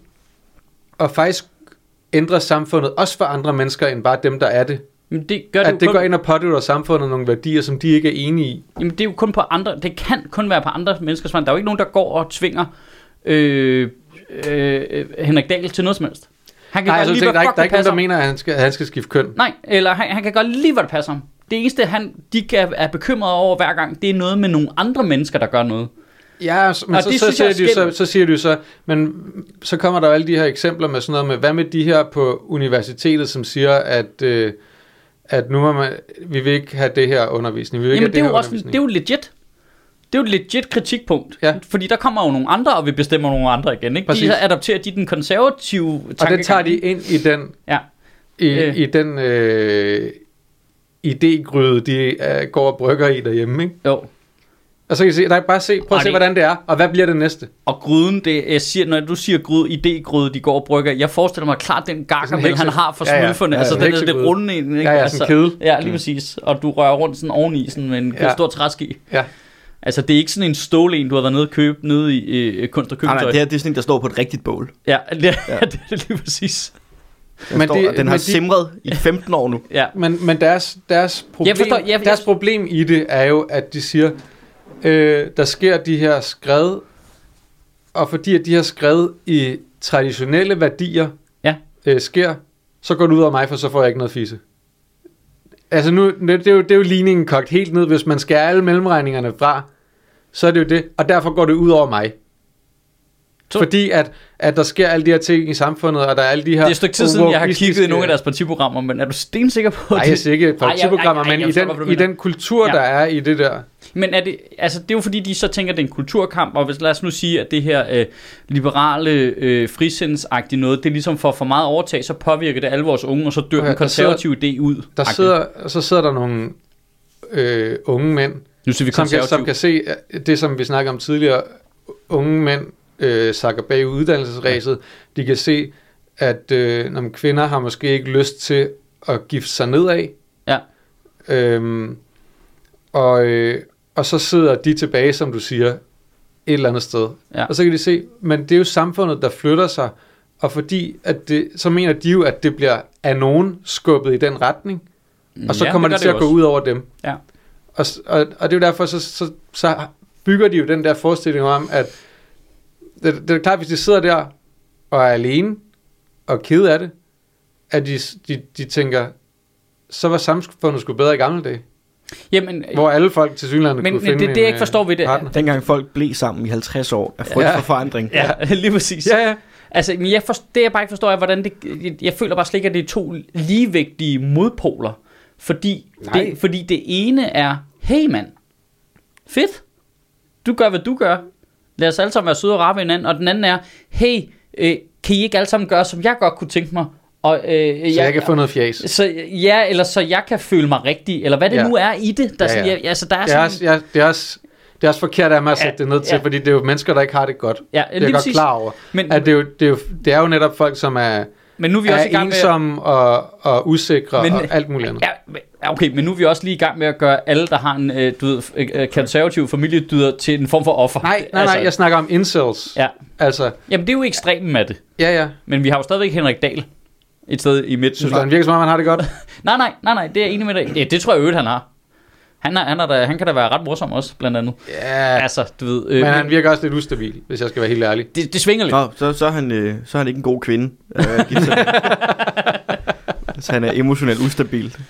S2: og faktisk ændrer samfundet, også for andre mennesker, end bare dem, der er det.
S1: Men det gør det
S2: at det
S1: kun...
S2: går ind og pådutter samfundet nogle værdier, som de ikke er enige i.
S1: Jamen det er jo kun på andre, det kan kun være på andre menneskers vand. Der er jo ikke nogen, der går og tvinger øh, øh, Henrik Dahl til noget som helst. Han kan
S2: Nej,
S1: godt
S2: altså,
S1: lige,
S2: der, der, der er ikke nogen, der
S1: ham.
S2: mener, at han skal, at han skal skifte køn.
S1: Nej, eller han, han kan godt lige, hvad det passer ham. Det eneste, han, de kan, er bekymret over hver gang, det er noget med nogle andre mennesker, der gør noget.
S2: Ja, men så, så, så, siger de, så, så siger du så, men så kommer der jo alle de her eksempler med sådan noget med, hvad med de her på universitetet, som siger, at, øh, at nu må man, vi vil ikke have det her undervisning. Vi vil
S1: Jamen
S2: ikke
S1: det,
S2: have
S1: er
S2: det,
S1: jo også, det er jo legit. Det er jo et legit kritikpunkt,
S2: ja.
S1: Fordi der kommer jo nogle andre, og vi bestemmer nogle andre igen. Ikke? De adopterer de den konservative tankegang.
S2: Og det tager de ind i den,
S1: ja.
S2: i,
S1: øh.
S2: i den øh, idégryde, de uh, går og brygger i derhjemme, ikke?
S1: Jo.
S2: Og så kan I se, der bare se, prøv at se, hvordan det er, og hvad bliver det næste?
S1: Og gryden, det, jeg siger, når du siger gryde, idégryde, de går og brygger, jeg forestiller mig klart den gargamel, han har for smølferne, ja, ja. ja, ja, altså det, det runde en, ikke?
S2: Ja, ja,
S1: altså,
S2: sådan kedel.
S1: Ja, lige præcis. Og du rører rundt sådan oveni, sådan med en ja. stor træski.
S2: Ja.
S1: Altså, det er ikke sådan en stålen, du har været nede og købe nede i øh, kunst- og købetøj.
S3: Nej, det, her, det er sådan en, der står på et rigtigt bål.
S1: Ja, det, ja. det er lige præcis.
S3: Den, men står, det, den har de, simret i femten år nu.
S1: Ja.
S2: Men, men deres, deres, problem, jeg forstår, jeg, jeg, deres problem i det er jo, at de siger, øh, der sker de her skred, og fordi at de her skred i traditionelle værdier
S1: ja.
S2: øh, sker, så går det ud over mig, for så får jeg ikke noget fisse. Altså nu, det er jo, det er jo ligningen kogt helt ned. Hvis man skærer alle mellemregningerne fra, så er det jo det, og derfor går det ud over mig. Så. Fordi at, at der sker alle de her ting i samfundet, og der er alle de her...
S1: Det er et stykke tid siden, jeg har kigget i nogle af deres partiprogrammer, men er du stensikker på
S2: Nej,
S1: det?
S2: jeg siger ikke partiprogrammer, men i den, i den kultur, ja. der er i det der...
S1: Men er det, altså det er jo fordi, de så tænker, at det er en kulturkamp, og hvis, lad os nu sige, at det her øh, liberale, øh, frisindsagtige noget, det er ligesom for for meget overtag, så påvirker det alle vores unge, og så dør okay, den konservative idé ud.
S2: Der sidder, så sidder der nogle øh, unge mænd,
S1: nu siger vi
S2: som, kan, som kan se det, som vi snakker om tidligere, unge mænd, Øh, sakker bag uddannelsesræset. Ja. De kan se, at øh, når kvinder har måske ikke lyst til at gifte sig nedad.
S1: Ja.
S2: Øhm, og, øh, og så sidder de tilbage, som du siger, et eller andet sted.
S1: Ja.
S2: Og så kan de se, men det er jo samfundet, der flytter sig, og fordi, at det, så mener de jo, at det bliver af nogen skubbet i den retning, og så ja, kommer det, det til at gå ud over dem.
S1: Ja.
S2: Og, og, og det er jo derfor, så, så, så bygger de jo den der forestilling om, at Det, det er klart, hvis de sidder der og er alene og ked af det, at de, de, de tænker, så var samfundet sgu bedre i gamle dage.
S1: Jamen,
S2: hvor alle folk til synligheden kunne
S1: men
S2: finde
S1: det, det, det jeg ikke forstår ved det.
S2: Partner.
S3: Dengang folk blev sammen i halvtreds år af frygt
S1: ja.
S3: for forandring.
S1: Ja, lige præcis.
S2: Ja, ja.
S1: Altså, men jeg forstår, det jeg bare ikke forstår er, hvordan det, jeg, jeg føler bare slet ikke, at det er to ligevægtige modpoler. Fordi det, fordi det ene er, hey mand, fedt, du gør, hvad du gør. Lad os alle sammen være søde og rare ved hinanden. Og den anden er, hey, øh, kan I ikke alle sammen gøre, som jeg godt kunne tænke mig? Og, øh,
S2: så jeg, jeg kan få noget fjæs.
S1: Så, ja, eller så jeg kan føle mig rigtig, eller hvad det ja. nu er i det. Der, ja, ja. Sådan, ja, altså, der er
S2: det, er
S1: sådan,
S2: også, ja, det, er også, det er også forkert af mig at sætte ja, det ned til, ja. fordi det er jo mennesker, der ikke har det godt.
S1: Ja,
S2: det er jeg godt klar over. Men, at det, er jo, det, er jo, det er jo netop folk, som er...
S1: Men nu er vi
S2: er
S1: også i gang med
S2: ensomme og, og usikre men, og alt muligt andet.
S1: Ja, okay, men nu er vi også lige i gang med at gøre alle, der har en øh, du ved, konservativ familiedyder til en form for offer.
S2: Nej, nej, altså, nej, jeg snakker om incels.
S1: Ja.
S2: Altså,
S1: jamen, det er jo ekstremen af det.
S2: Ja, ja.
S1: Men vi har jo stadigvæk Henrik Dahl et sted i midten.
S2: Synes du, han virker som om, han har det godt?
S1: nej, nej, nej, nej, det er jeg enig med dig. Ja, det tror jeg øvrigt, han har. Han, er, han, er der, han kan da være ret morsom også, blandt andet.
S2: Ja,
S1: altså, du ved, øh,
S2: men han virker også lidt ustabil, hvis jeg skal være helt ærlig.
S1: Det, det svinger lidt.
S3: Nå, så, så, er han, øh, så er han ikke en god kvinde. Øh, så han er emotionelt ustabil.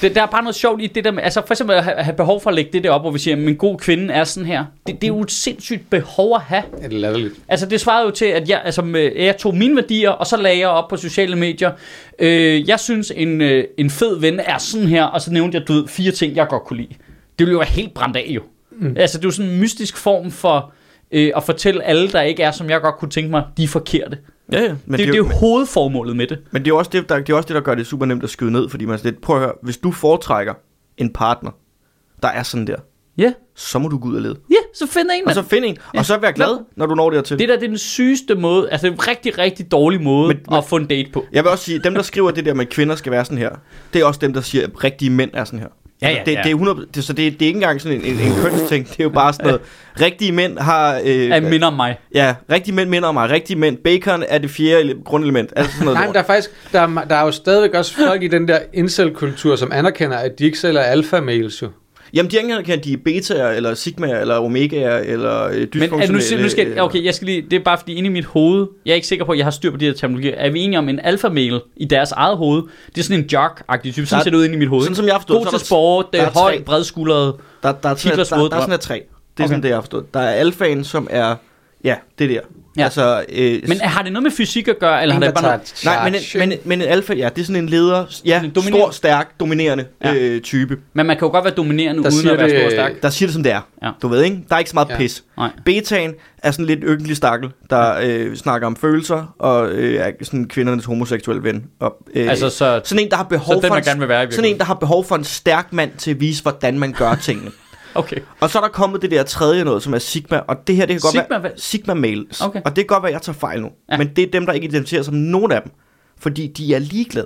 S1: det, der er bare noget sjovt i det der med, altså for eksempel at have, have behov for at lægge det der op, hvor vi siger, at en god kvinde er sådan her. Det, det er jo et sindssygt behov at have.
S2: Er det latterligt?
S1: Altså det svarede jo til, at jeg, altså, med, jeg tog mine værdier, og så lagde jeg op på sociale medier. Øh, jeg synes, en, øh, en fed ven er sådan her, og så nævnte jeg, du ved, fire ting, jeg godt kunne lide. Det ville jo være helt brændt af jo. Mm. Altså det er jo sådan en mystisk form for øh, at fortælle alle, der ikke er, som jeg godt kunne tænke mig, de er forkerte.
S3: Ja, ja.
S1: Men
S3: Men
S1: det, det, det er jo hovedformålet med det.
S3: Men det er også det, der, det er også det, der gør det super nemt at skyde ned, fordi man er lidt, prøv at høre, hvis du foretrækker en partner, der er sådan der,
S1: ja,
S3: så må du gå ud og lede.
S1: Ja, så find en.
S3: Og så find en, ja. Og så vær glad, ja. Når du når dertil.
S1: Det der, det er den sygeste måde, altså det er en rigtig, rigtig dårlig måde men, at få en date på.
S3: Jeg vil også sige, dem der skriver det der med, at kvinder skal være sådan her, det er også dem, der siger, at rigtige mænd er sådan her.
S1: Ja, ja,
S3: det,
S1: ja.
S3: det er hundrede, det, så det, det er ikke engang sådan en, en, en kønsting. Det er jo bare sådan noget. Rigtige mænd har... Øh,
S1: ja, minder om mig.
S3: Ja, rigtige mænd minder om mig. Rigtige mænd. Bacon er det fjerde grundelement. Altså sådan noget.
S2: Nej, men der er faktisk... Der er, der er jo stadigvæk også folk i den der incel-kultur, som anerkender, at de ikke selv er alfa-males jo.
S3: Jamen, de anerkender, at de er betaer, eller sigmaer, eller omegaer, eller øh, dysfunktionelle...
S1: Men nu, nu skal, okay, jeg skal lige... Det er bare fordi inde i mit hoved... Jeg er ikke sikker på, at jeg har styr på de her terminologier. Er vi enige om en alfa-male i deres eget hoved? Det er sådan en jock-agtig type. Sådan ser det ud inde i mit hoved.
S3: Sådan som jeg har forstået.
S1: God til sport, det er høj, bredskuldret,
S3: der, der, der, der, der, der er sådan her tre. Det er okay. Sådan det, jeg har forstået. Der er alfaen, som er... Ja, det der.
S1: Ja.
S3: Altså, øh,
S1: men har det noget med fysik at gøre, eller har det bare noget...
S3: Nej, men en, men, men en alfa, ja, det er sådan en leder, ja, en stor, stærk, dominerende ja. øh, type.
S1: Men man kan jo godt være dominerende
S2: der
S1: uden at være
S2: det,
S1: stor og stærk.
S3: Der siger det som det er. Ja. Du ved ikke, der er ikke så meget ja. Pis. Nej. Betaen er sådan lidt ynkelig stakkel, der øh, snakker om følelser og øh, er sådan kvindernes homoseksuelle ven. Og, øh,
S1: altså så
S3: sådan en der har behov
S1: den,
S3: for en,
S1: gerne vil være
S3: sådan en der har behov for en stærk mand til at vise hvordan man gør tingene.
S1: Okay.
S3: Og så er der kommet det der tredje noget, som er Sigma, og det her, det kan godt
S1: Sigma,
S3: være Sigma males.
S1: Okay.
S3: Og det kan godt være, at jeg tager fejl nu. Ja. Men det er dem, der ikke identificerer som nogen af dem. Fordi de er ligeglade.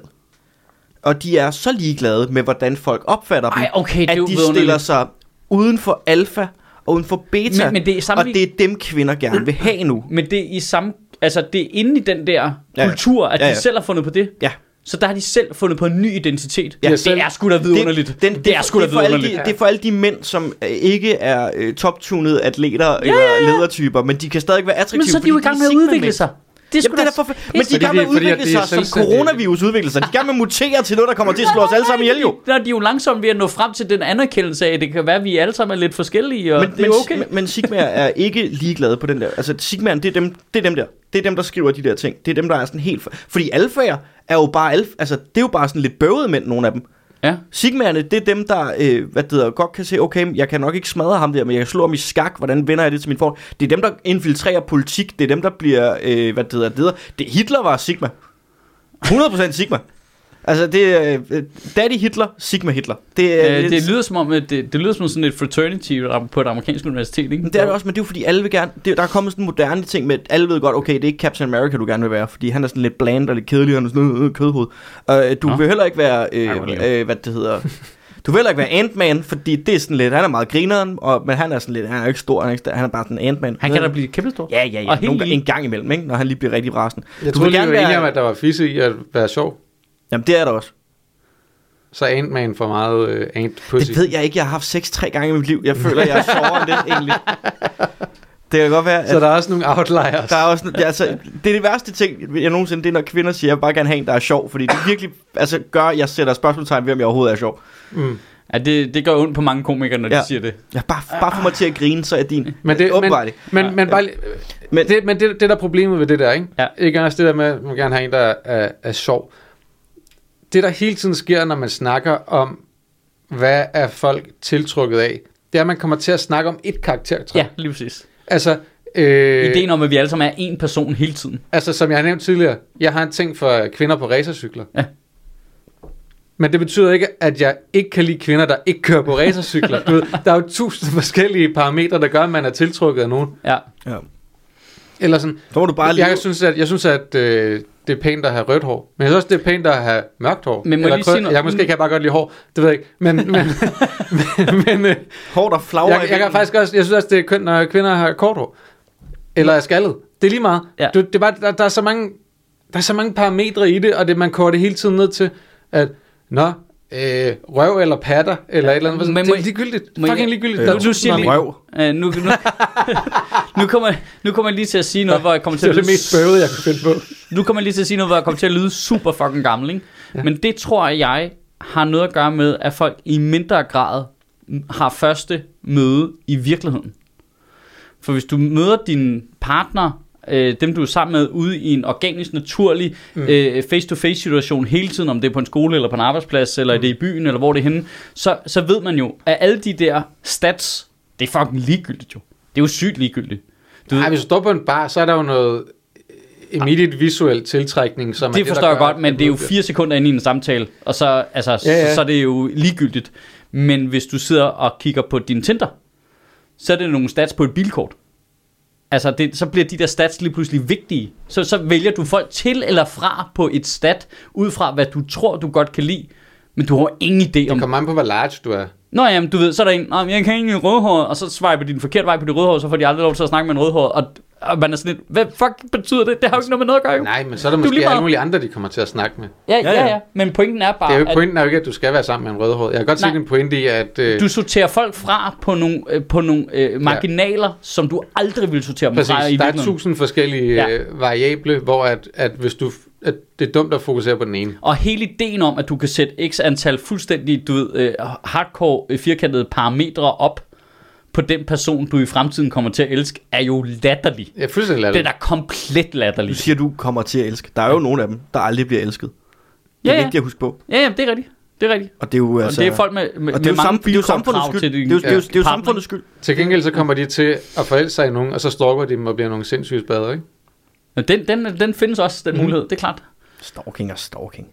S3: Og de er så ligeglade med, hvordan folk opfatter
S1: Ej,
S3: dem,
S1: okay,
S3: at de stiller sig uden for alfa og uden for beta.
S1: Men, men det er samme...
S3: og det er dem, kvinder gerne vil have nu.
S1: Men det er i samme... Altså, det er inde i den der kultur, at ja, ja. de selv har fundet på det.
S3: Ja.
S1: Så der har de selv fundet på en ny identitet.
S3: Ja,
S1: det er sgu da vidunderligt. Det,
S3: den,
S1: det, det er sgu da vidunderligt.
S3: De, det er for alle de mænd, som ikke er øh, top-tunede atleter ja, eller ja, ja. ledertyper, men de kan stadig være attraktive.
S1: Men så er de jo i gang med at udvikle sig.
S3: Det er Jamen, det er for, men de er i gang med at udvikle sig, som coronavirus udvikler sig. De er i gang med at mutere til noget, der kommer til at slå os alle sammen ihjel jo.
S1: Der er de jo langsomt ved at nå frem til den anerkendelse af, at det kan være, at vi alle sammen er lidt forskellige, og
S3: men,
S1: det er okay.
S3: Men, men Sigma er ikke ligeglade på den der. Altså Sigmaen, det er dem, det er dem der. Det er dem, der skriver de der ting. Det er dem, der er sådan helt... For, fordi alfaer er jo bare alfa, altså det er jo bare sådan lidt bøvede mænd, nogle af dem.
S1: Ja.
S3: Sigmaerne, det er dem, der øh, hvad det hedder, godt kan se, okay, jeg kan nok ikke smadre ham der, men jeg kan slå ham i skak, hvordan vender jeg det til min forhold. Det er dem, der infiltrerer politik, det er dem, der bliver, øh, hvad det hedder, det hedder. Det, Hitler var Sigma. hundrede procent Sigma. Altså, det er øh, Daddy Hitler, Sigma Hitler. Det,
S1: øh, det, det lyder som om, det, det lyder som sådan et fraternity på et amerikansk universitet, ikke?
S3: Det er det også, men det er jo fordi, alle vil gerne, det, der er kommet sådan en moderne ting med, at alle ved godt, okay, det er ikke Captain America, du gerne vil være, fordi han er sådan lidt bland og lidt kedelig, og han er sådan noget øh, kødhoved. Øh, du Nå. vil heller ikke være, øh, øh, hvad det hedder... Du vil heller ikke være Ant-Man, fordi det er sådan lidt, han er meget grineren, og, men han er sådan lidt, han er ikke stor, han er, ikke, han er bare sådan en Ant-Man.
S1: Han kan da blive kæmpestor.
S3: Ja, ja, ja, nogle, en gang imellem, ikke? Når han lige bliver rigtig rasende.
S2: Jeg du tror lige, du er enig om, at der var fisse i at være sjov.
S3: Jamen, det er der også.
S2: Så Ant-Man for meget øh, ant-pussy.
S3: Det ved jeg ikke, jeg har haft sex tre gange i mit liv. Jeg føler, jeg er sjovere end det, egentlig. Det kan godt være, at
S2: så der er også nogle outliers.
S3: Der er også, ja, altså, det er det værste ting, jeg nogensinde, det er, når kvinder siger, jeg vil bare gerne have en, der er sjov. Fordi det virkelig altså, gør, at jeg sætter spørgsmålstegn ved, om jeg overhovedet er sjov.
S1: Mm. Ja, det, det gør ondt på mange komikere, når ja. de siger det.
S3: Ja, bare, bare få mig til at grine, så er din.
S2: Men det, men, men, men, bare, men, det, men det, det der er problemet ved det der, ikke? Ja. Ikke også det der med, at man gerne have en, der er, er sjov. Det, der hele tiden sker, når man snakker om, hvad er folk tiltrukket af, det er, at man kommer til at snakke om et karaktertræk.
S1: Ja, lige præcis.
S2: Altså, øh,
S1: ideen om, at vi alle sammen er en person hele tiden.
S2: Altså, som jeg har nævnt tidligere, jeg har en ting for kvinder på racercykler. Ja. Men det betyder ikke, at jeg ikke kan lide kvinder, der ikke kører på racercykler. Du ved, der er jo tusind forskellige parametre, der gør, at man er tiltrukket af nogen.
S1: Ja.
S3: Ja.
S2: Eller sådan.
S3: Så må du bare
S2: jeg, jeg synes, at, jeg synes, at øh, det er pænt at have rødt hår. Men jeg synes også, det er pænt at have mørkt hår.
S1: Men
S2: Eller krød, jeg måske kan jeg bare godt lide hår. Det ved jeg ikke. Men, men, men, men øh,
S3: hår, der flagrer
S2: jeg, jeg kan faktisk også, jeg synes også, det er kønt, når kvinder har kort hår. Eller er skaldet. Det er lige meget. Ja. Du, det er bare, der, der, er så mange, der er så mange parametre i det, og det, man kører det hele tiden ned til, at nå, øh, røv eller patter, eller et eller andet. Men, det er ligegyldigt. Fucking ligegyldigt.
S3: Øh,
S2: der
S3: er du siger lige, røv.
S1: Øh, nu, nu, nu, kommer, nu kommer jeg lige til at sige noget, hvor jeg kommer til
S2: at
S1: lyde...
S2: Det er det mest bøvede, jeg kan finde på.
S1: Nu kommer jeg lige til at sige noget, hvor jeg kommer til at lyde super fucking gammel, ikke? Ja. Men det tror jeg har noget at gøre med, at folk i mindre grad har første møde i virkeligheden. For hvis du møder din partner, øh, dem du er sammen med, ude i en organisk, naturlig mm. øh, face-to-face situation hele tiden, om det er på en skole eller på en arbejdsplads, eller mm. det er i byen, eller hvor det er henne, så, så ved man jo, at alle de der stats, det er fucking ligegyldigt jo. Det er jo sygt ligegyldigt.
S2: Du Nej, ved, hvis du står på en bar, så er der jo noget immediate visuel tiltrækning, som
S1: det,
S2: er det
S1: forstår
S2: der
S1: jeg godt, men det er jo fire sekunder inde i en samtale, og så, altså, ja, ja. Så, så er det jo ligegyldigt. Men hvis du sidder og kigger på din Tinder, så er det nogle stats på et bilkort. Altså, det, så bliver de der stats lige pludselig vigtige. Så, så vælger du folk til eller fra på et stat, ud fra hvad du tror, du godt kan lide, men du har ingen idé om...
S2: Det kommer an på, hvor large du er.
S1: Nå jamen, du ved, så er der en, Nå, jeg kan ikke lide rødhåret, og så swiper de den forkerte vej på det rødhåret, så får de aldrig lov til at snakke med en rødhåret, og, og man er sådan lidt, hvad fuck betyder det? Det har jo ikke noget med noget at gøre, jo.
S2: Nej, men så er der måske alle mulige andre, de kommer til at snakke med.
S1: Ja, ja, ja, ja. Men pointen er bare...
S2: Det er jo, pointen er jo ikke, at du skal være sammen med en rødhåret. Jeg kan godt se en pointe i, at... Øh...
S1: Du sorterer folk fra på nogle, øh, på nogle øh, marginaler, ja. Som du aldrig vil sortere dem fra i
S2: der er tusind forskellige ja. øh, variable, hvor at, at hvis du... at det er dumt at fokusere på den ene.
S1: Og hele ideen om, at du kan sætte x antal fuldstændig, du ved, øh, hardcore øh, firkantede parametre op på den person, du i fremtiden kommer til at elske, er jo latterlig.
S2: Ja, fuldstændig latterlig.
S1: Det er da komplet latterlig.
S3: Du siger, du kommer til at elske. Der er jo nogle af dem, der aldrig bliver elsket. Det er
S1: ja, ja.
S3: vigtigt at huske på.
S1: Ja, ja, det er rigtigt. Det er rigtigt.
S3: Og det er jo altså...
S1: Og det er folk med, med,
S3: og det er
S1: med mange
S3: vilkårkrav
S1: til
S3: det. Det er jo, det er jo, det er jo samfundets skyld.
S2: Til gengæld så kommer de til at forelske sig i nogen, og så stalker de dem og bliver nogle sindssyge spader, ikke?
S1: Den, den, den findes også, den mm. mulighed. Det er klart.
S3: Stalking og stalking.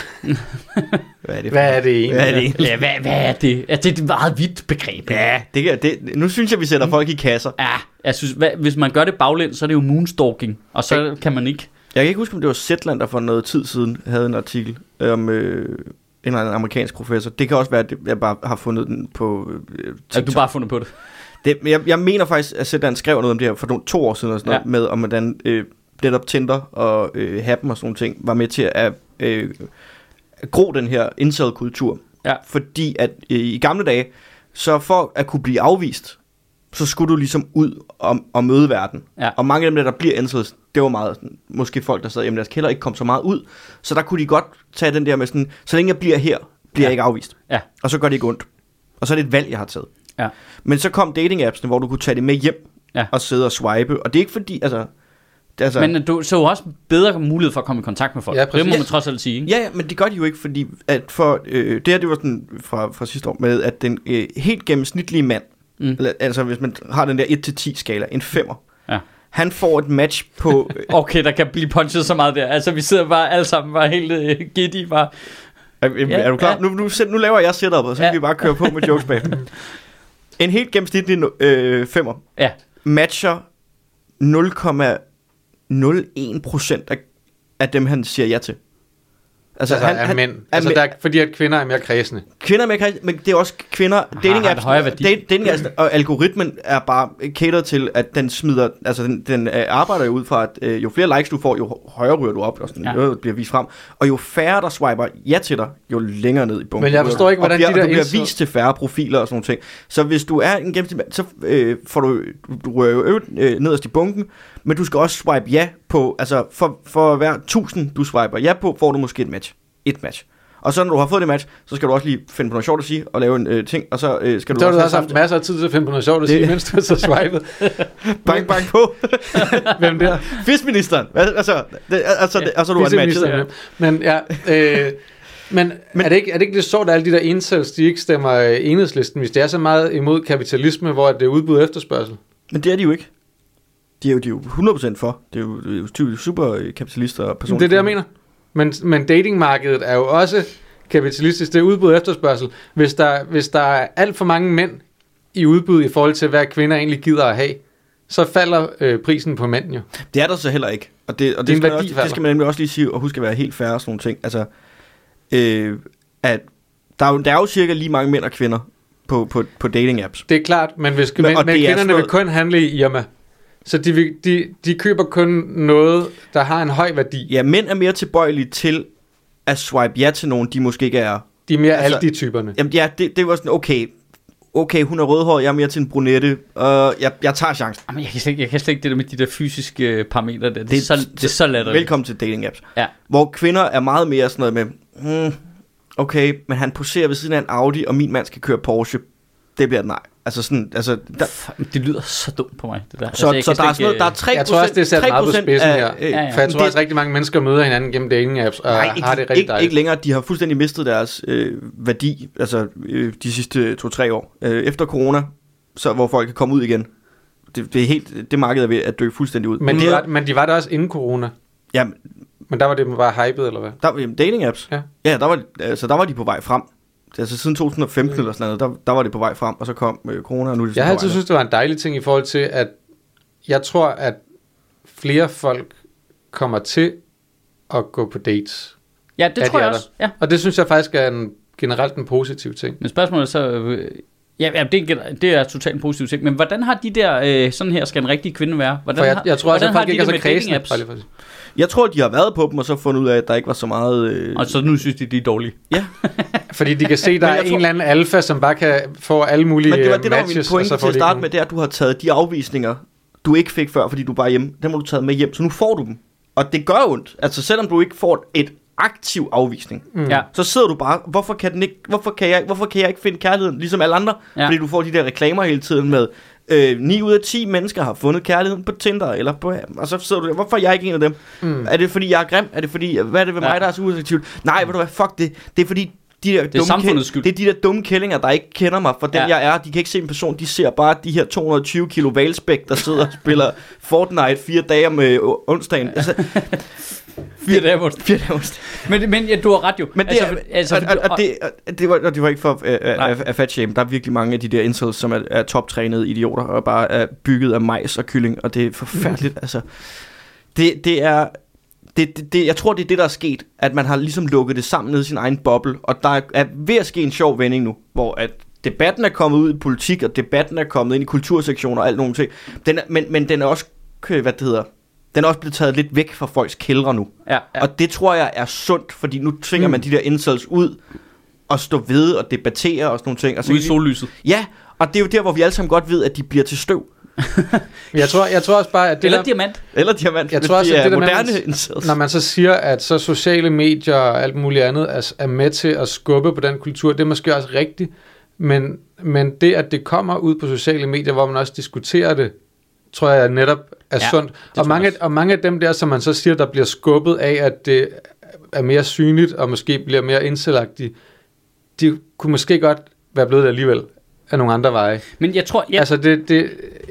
S2: Hvad er det, hvad er det egentlig?
S3: Hvad er det egentlig?
S1: Ja, hvad, hvad er det? Ja, det er et meget vidt begreb.
S3: Ja, det, det, nu synes jeg, vi sætter mm. folk i kasser.
S1: Ja, jeg synes, hvad, hvis man gør det baglæns, så er det jo moonstalking, og så ja. Kan man ikke...
S3: Jeg kan ikke huske, om det var Zetland, der for noget tid siden havde en artikel om øh, en eller anden amerikansk professor. Det kan også være, at jeg bare har fundet den på øh, TikTok.
S1: Ja, du bare har fundet på det?
S3: det jeg, jeg mener faktisk, at Zetland skrev noget om det her for nogle, to år siden, og sådan noget, ja. Med om hvordan... Øh, netop Tinder og øh, Happen og sådan nogle ting var med til at øh, gro den her incel-kultur.
S1: Ja.
S3: Fordi at øh, i gamle dage, så for at kunne blive afvist, så skulle du ligesom ud og, og møde verden.
S1: Ja.
S3: Og mange af dem, der bliver incels, det var meget sådan, måske folk, der sad hjemme i deres kælder, ikke kom så meget ud. Så der kunne de godt tage den der med sådan, så længe jeg bliver her, bliver ja. Jeg ikke afvist.
S1: Ja.
S3: Og så gør det ikke ondt. Og så er det et valg, jeg har taget.
S1: Ja.
S3: Men så kom dating-appsene, hvor du kunne tage det med hjem
S1: ja.
S3: Og sidde og swipe. Og det er ikke fordi, altså... Altså,
S1: men du så også bedre mulighed for at komme i kontakt med folk.
S3: Ja,
S1: det må man trods alt sige, ikke?
S3: Ja, ja, men det gør de jo ikke, fordi at for, øh, det her, det var sådan fra, fra sidste år, med at den øh, helt gennemsnitlige mand, mm. altså hvis man har den der et til ti skala, en femmer,
S1: ja.
S3: Han får et match på... Øh,
S1: okay, der kan blive punchet så meget der. Altså vi sidder bare alle sammen bare helt øh, giddy, bare...
S3: Er, er, ja, er du klar? Ja. Nu, nu, nu laver jeg setup, og så ja. Kan vi bare køre på med jokes bag. En helt gennemsnitlig øh, femmer
S1: ja.
S3: Matcher nul komma nul en procent af, af dem, han siger ja til.
S2: Altså, altså han, er han, mænd. Er altså, mænd. Der er, fordi at kvinder er mere kredsende.
S3: Kvinder er mere kredsende, men det er også kvinder... Dating apps, dating, dating apps og algoritmen er bare cateret til, at den smider... Altså, den, den uh, arbejder jo ud fra, at uh, jo flere likes du får, jo højere ryger du op, og sådan, ja. Jo, bliver vist frem. Og jo færre, der swiper ja til dig, jo længere ned i bunken.
S2: Men jeg forstår ikke, hvordan
S3: bliver,
S2: de der...
S3: Og du bliver vist til færre profiler og sådan nogle ting. Så hvis du er en gennemsnit, så øh, får du... Du rører jo øh, nederst i bunken, men du skal også swipe ja på... Altså, for, for hver tusind, du swiper ja på, får du måske et match. Et match. Og så når du har fået det match, så skal du også lige finde på noget sjovt at sige, og lave en øh, ting, og så øh, skal du...
S2: Så har du også haft masser af tid til at finde på noget sjovt at sige, mens du har så swipet.
S3: Bang, bang på.
S2: Hvem der?
S3: Fiskministeren. Altså, det, altså, det, altså du har et match.
S2: Ja. Men, ja, øh, men, men er, det ikke, er det ikke lidt sjovt, at alle de der incels, de ikke stemmer Enhedslisten, hvis det er så meget imod kapitalisme, hvor det er udbud og efterspørgsel?
S3: Men det er de jo ikke. De er jo, de er jo hundrede procent for. Det er jo, det er jo super kapitalister og personer.
S2: Det er det, jeg mener. Men, men datingmarkedet er jo også kapitalistisk. Det er udbud og efterspørgsel. Hvis der, hvis der er alt for mange mænd i udbud i forhold til, hvad kvinder egentlig gider at have, så falder øh, prisen på mænd jo.
S3: Det er der så heller ikke. Og det, og det, det, skal, også, det skal man nemlig også lige sige, og huske at være helt fair og sådan nogle ting. Altså, øh, at der er, jo, der er jo cirka lige mange mænd og kvinder på, på, på dating apps.
S2: Det er klart, men, hvis, men, men, men kvinderne noget... vil kun handle i Irma. Så de, vil, de, de køber kun noget, der har en høj værdi.
S3: Ja, mænd er mere tilbøjelige til at swipe ja til nogen, de måske ikke er...
S2: De er mere altså, alle de typerne.
S3: Jamen ja, det, det var sådan, okay, okay, hun er rødhåret, jeg er mere til en brunette, og uh, jeg, jeg tager chancen.
S1: Jamen, jeg kan slet ikke, jeg kan slet ikke det der med de der fysiske parametre der. Det, det, er, så, det er så latterligt.
S3: Velkommen til dating apps.
S1: Ja.
S3: Hvor kvinder er meget mere sådan noget med, hmm, okay, men han poserer ved siden af en Audi, og min mand skal køre Porsche. Det bliver et nej. Altså sådan, altså der,
S1: det lyder så dumt på mig, det der.
S3: Så, altså, så der er sådan noget, der er tre procent.
S2: Jeg tror også, det er sat meget på spidsen
S3: af,
S2: her.
S3: Øh,
S1: ja, ja.
S2: For jeg tror
S3: det,
S2: også, rigtig mange mennesker møder hinanden gennem dating-apps, og
S3: nej, ikke,
S2: har det rigtig
S3: ikke,
S2: dejligt.
S3: ikke længere. De har fuldstændig mistet deres øh, værdi, altså øh, de sidste to-tre år. Øh, efter corona, så hvor folk kan komme ud igen. Det, det er helt, det marked er ved at dø fuldstændig ud.
S2: Men,
S3: Men
S2: de,
S3: det,
S2: var, men de var der også inden corona.
S3: Ja,
S2: Men der var det bare hypet, eller hvad?
S3: der var dating apps.
S2: Ja.
S3: Ja, der var, altså, der var de på vej frem. Altså siden to tusind og femten mm. eller sådan noget, der, der var det på vej frem, og så kom øh, corona, og nu er det
S2: Jeg
S3: på
S2: har altid
S3: vej
S2: synes, det var en dejlig ting i forhold til, at jeg tror, at flere folk kommer til at gå på dates.
S1: Ja, det
S2: Ja,
S1: tror
S2: de
S1: jeg
S2: er
S1: også. Ja.
S2: Og det synes jeg faktisk er en, generelt en positiv ting.
S1: Men spørgsmålet er så... Øh, ja, ja det, er, det er totalt en positiv ting. Men hvordan har de der... Øh, sådan her skal en rigtig kvinde være? Hvordan
S2: For jeg,
S1: har,
S2: jeg tror også, at
S1: hvordan
S2: folk
S1: har
S2: ikke
S1: de
S2: er
S1: det
S2: så
S1: med
S2: kredsende.
S1: dating-apps?
S2: bare lige for at sige.
S3: Jeg tror, de har været på dem, og så fundet ud af, at der ikke var så meget... Øh...
S1: Og så nu synes de, de er dårlige.
S3: Ja,
S2: Fordi de kan se, der
S3: Men
S2: er
S3: jeg
S2: en
S3: tror-
S2: eller anden alfa, som bare kan få alle mulige
S3: men det var
S2: øh,
S3: det, der var min
S2: matches, og
S3: pointe
S2: så
S3: til
S2: får
S3: at
S2: de
S3: starte
S2: ikke
S3: med, det er, at du har taget de afvisninger, du ikke fik før, fordi du bare er hjemme. Dem har du taget med hjem, så nu får du dem. Og det gør ondt. Altså selvom du ikke får et aktiv afvisning,
S2: Mm.
S1: Ja.
S3: så sidder du bare, hvorfor kan, den ikke, hvorfor kan, jeg, hvorfor kan jeg ikke finde kærligheden, ligesom alle andre?
S1: Ja.
S3: Fordi du får de der reklamer hele tiden med, øh, ni ud af ti mennesker har fundet kærligheden på Tinder, eller på, og så sidder du der, hvorfor er jeg ikke en af dem?
S2: Mm.
S3: Er det fordi, jeg er grim? Er det fordi, hvad er det ved
S1: Ja.
S3: mig, der er så uattraktivt? Nej, ved du hvad, fuck det. Det er fordi, de der dumme
S1: samfundets
S3: kæ-
S1: skyld.
S3: det er de der dumme kællinger, der ikke kender mig for den,
S1: Ja.
S3: jeg er. De kan ikke se en person, de ser bare de her to hundrede og tyve kilo valspæk, der sidder og spiller Fortnite fire dage om øh, onsdagen. Altså,
S1: Fire dage om
S3: fire dage om onsdagen.
S1: Men, men ja, du har ret jo.
S3: Men det,
S1: altså,
S3: er,
S1: altså,
S3: og, og, og det, og det, var, og det var ikke for øh,
S1: Nej.
S3: at, at fat shame. Der er virkelig mange af de der incels, som er, er toptrænede idioter, og bare er bygget af majs og kylling, og det er forfærdeligt. altså, det, det er... Det, det, det, jeg tror, det er det, der er sket, at man har ligesom lukket det sammen ned i sin egen boble, og der er, er ved at ske en sjov vending nu, hvor at debatten er kommet ud i politik, og debatten er kommet ind i kultursektioner og alt nogle ting. Den er, men, men den er også, hvad det hedder, den er også blevet taget lidt væk fra folks kældre nu.
S1: ja, ja.
S3: Og det tror jeg er sundt, fordi nu tvinger mm. man de der incels ud og stå ved og debattere og sådan nogle ting. Og så
S1: Ude i
S3: kan de-
S1: sollyset.
S3: Ja, og det er jo der, hvor vi alle sammen godt ved, at de bliver til støv.
S2: Jeg tror, jeg tror også bare, at det
S1: Eller
S2: der,
S1: diamant.
S3: Eller diamant,
S2: Jeg
S3: hvis
S2: tror også,
S3: de
S2: at
S3: er
S2: det der med,
S3: moderne
S2: at-
S3: incels.
S2: når man så siger, at så sociale medier og alt muligt andet er, er med til at skubbe på den kultur, det er måske også rigtigt, men, men det, at det kommer ud på sociale medier, hvor man også diskuterer det, tror jeg netop er
S1: Ja,
S2: sundt.
S1: tror
S2: Og mange,
S1: jeg også.
S2: og mange af dem der, som man så siger, der bliver skubbet af, at det er mere synligt, og måske bliver mere indselagtigt, de kunne måske godt være blevet det alligevel af nogle andre veje.
S1: Men jeg tror...
S2: Ja.
S1: Jeg,
S2: Altså det, det,